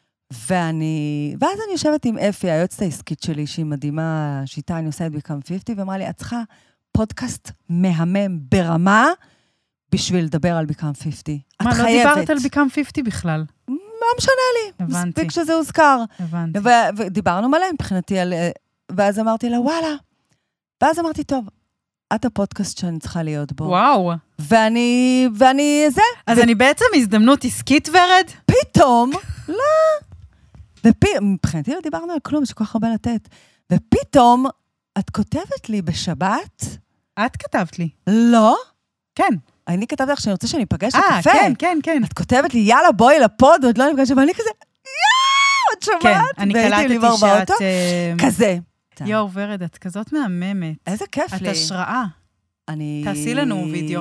ואני, ואז אני יושבת עם אפי, היועצת העסקית שלי, שהיא מדהימה, שיטה, אני עושה את Become חמישים, ואמרה לי, את צריכה פודקאסט מהמם ברמה, בשביל לדבר על Become חמישים. את מה, חייבת. לא דיברת על Become חמישים בכלל? לא משנה לי. הבנתי. מספיק שזה הוזכר. הבנתי. ו- ודיברנו מלא מבחינתי על... ואז אמרתי לה, וואלה. ואז אמרתי, טוב, את הפודקאסט שאני צריכה להיות בו. וואו. ואני, ואני, זה. אז אני בעצם הזדמנות עסקית ורד? פתאום, לא. ומבחינתי לא דיברנו על כלום, יש כל כך הרבה לתת. ופתאום, את כותבת לי בשבת? את כתבת לי. לא. כן. אני כתבתי לך שאני רוצה שאני אפגש אה, לקפה. כן, כן, כן. את כותבת לי, יאללה, בואי לפוד, עוד לא נפגש, ואני כזה, יואו, את שומעת? כן, אני קלטתי שאת... כזה. יואו, ורד, את כזאת מהממת. איזה כיף לי. את השראה. אני... תעשי לנו וידאו.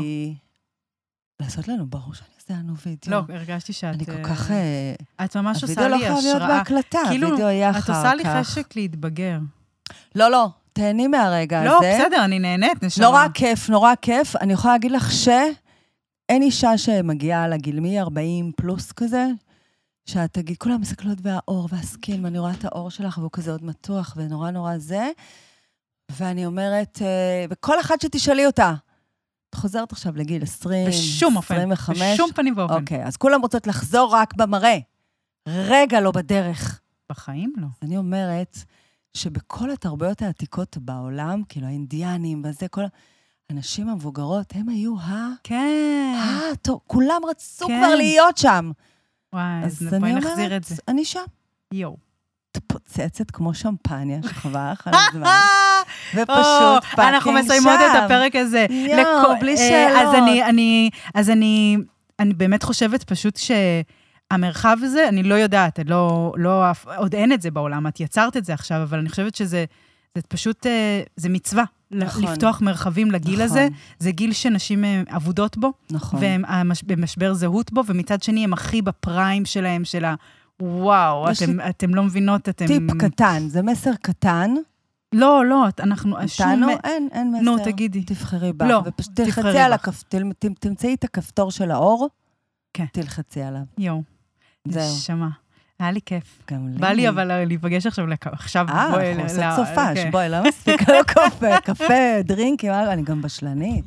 לעשות לנו, ברור שאני אעשה לנו וידאו. לא, הרגשתי שאת... אני כל כך... את ממש עושה הוידאו לי לא השראה. חייב להיות בהקלטה, הוידאו יהיה אחר כך. את עושה לי חשק להתבגר. לא, לא, תהני מהרגע הזה. לא, בסדר, אני נהנית, נשמה. נורא כיף, נורא כיף. אני יכולה להגיד לך שאין אישה שמגיעה לגיל מי ארבעים פלוס כזה, שאת תגיד, כולם מסתכלות והאור והסקין, ואני רואה את האור שלך, והוא כזה עוד מתוח, ונורא נורא זה. ואני אומרת, וכל אחד שתשאלי אותה, את חוזרת עכשיו לגיל עשרים, בשום אופן, עשרים וחמש. בשום פנים ואופן. אוקיי, אז כולם רוצות לחזור רק במראה. רגע לא בדרך. בחיים לא. אני אומרת שבכל התרבויות העתיקות בעולם, כאילו האינדיאנים וזה, כל הנשים המבוגרות, הם היו ה... כן. אה, טוב, כולם רצו כן. כבר להיות שם. וואי, אז אז בואי אני נחזיר אומרת, את זה. אני שם. יואו. פוצצת כמו שמפניה, שחבל לך על הזמן. ופשוט פאקינג שם. אנחנו מסיימות את הפרק הזה. יואו, בלי שאלות. אז אני, אני, אז אני, אני באמת חושבת פשוט שהמרחב הזה, אני לא יודעת, לא, לא, עוד אין את זה בעולם, את יצרת את זה עכשיו, אבל אני חושבת שזה, זה פשוט, זה מצווה. נכון. לפתוח מרחבים לגיל נכון. הזה, זה גיל שנשים עבודות בו, נכון. והם במשבר זהות בו, ומצד שני הם הכי בפריים שלהם, של ה... וואו, אתם, אתם לא מבינות, אתם... טיפ קטן, זה מסר קטן. לא, לא, אנחנו... איתנו, אין, אין מסר. נו, תגידי. תבחרי בה. לא, ופשוט תבחרי תלחצי על בך. הכפ... תל- תמצאי את הכפתור של האור, כן. תלחצי עליו. יואו. זהו. נשמה. היה לי כיף. גם לי. בא לי אבל להיפגש עכשיו, לכ- עכשיו אה, בואי... אנחנו ל- עושות ל- סופש, כן. בואי, לא מספיק לו קפה, קפה, דרינקים, אני גם בשלנית.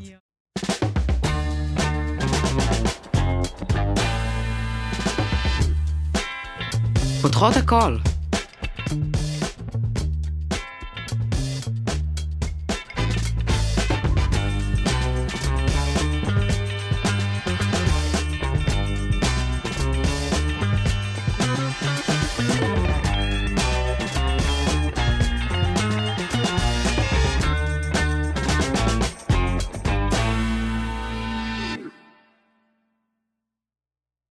פותחות הכל.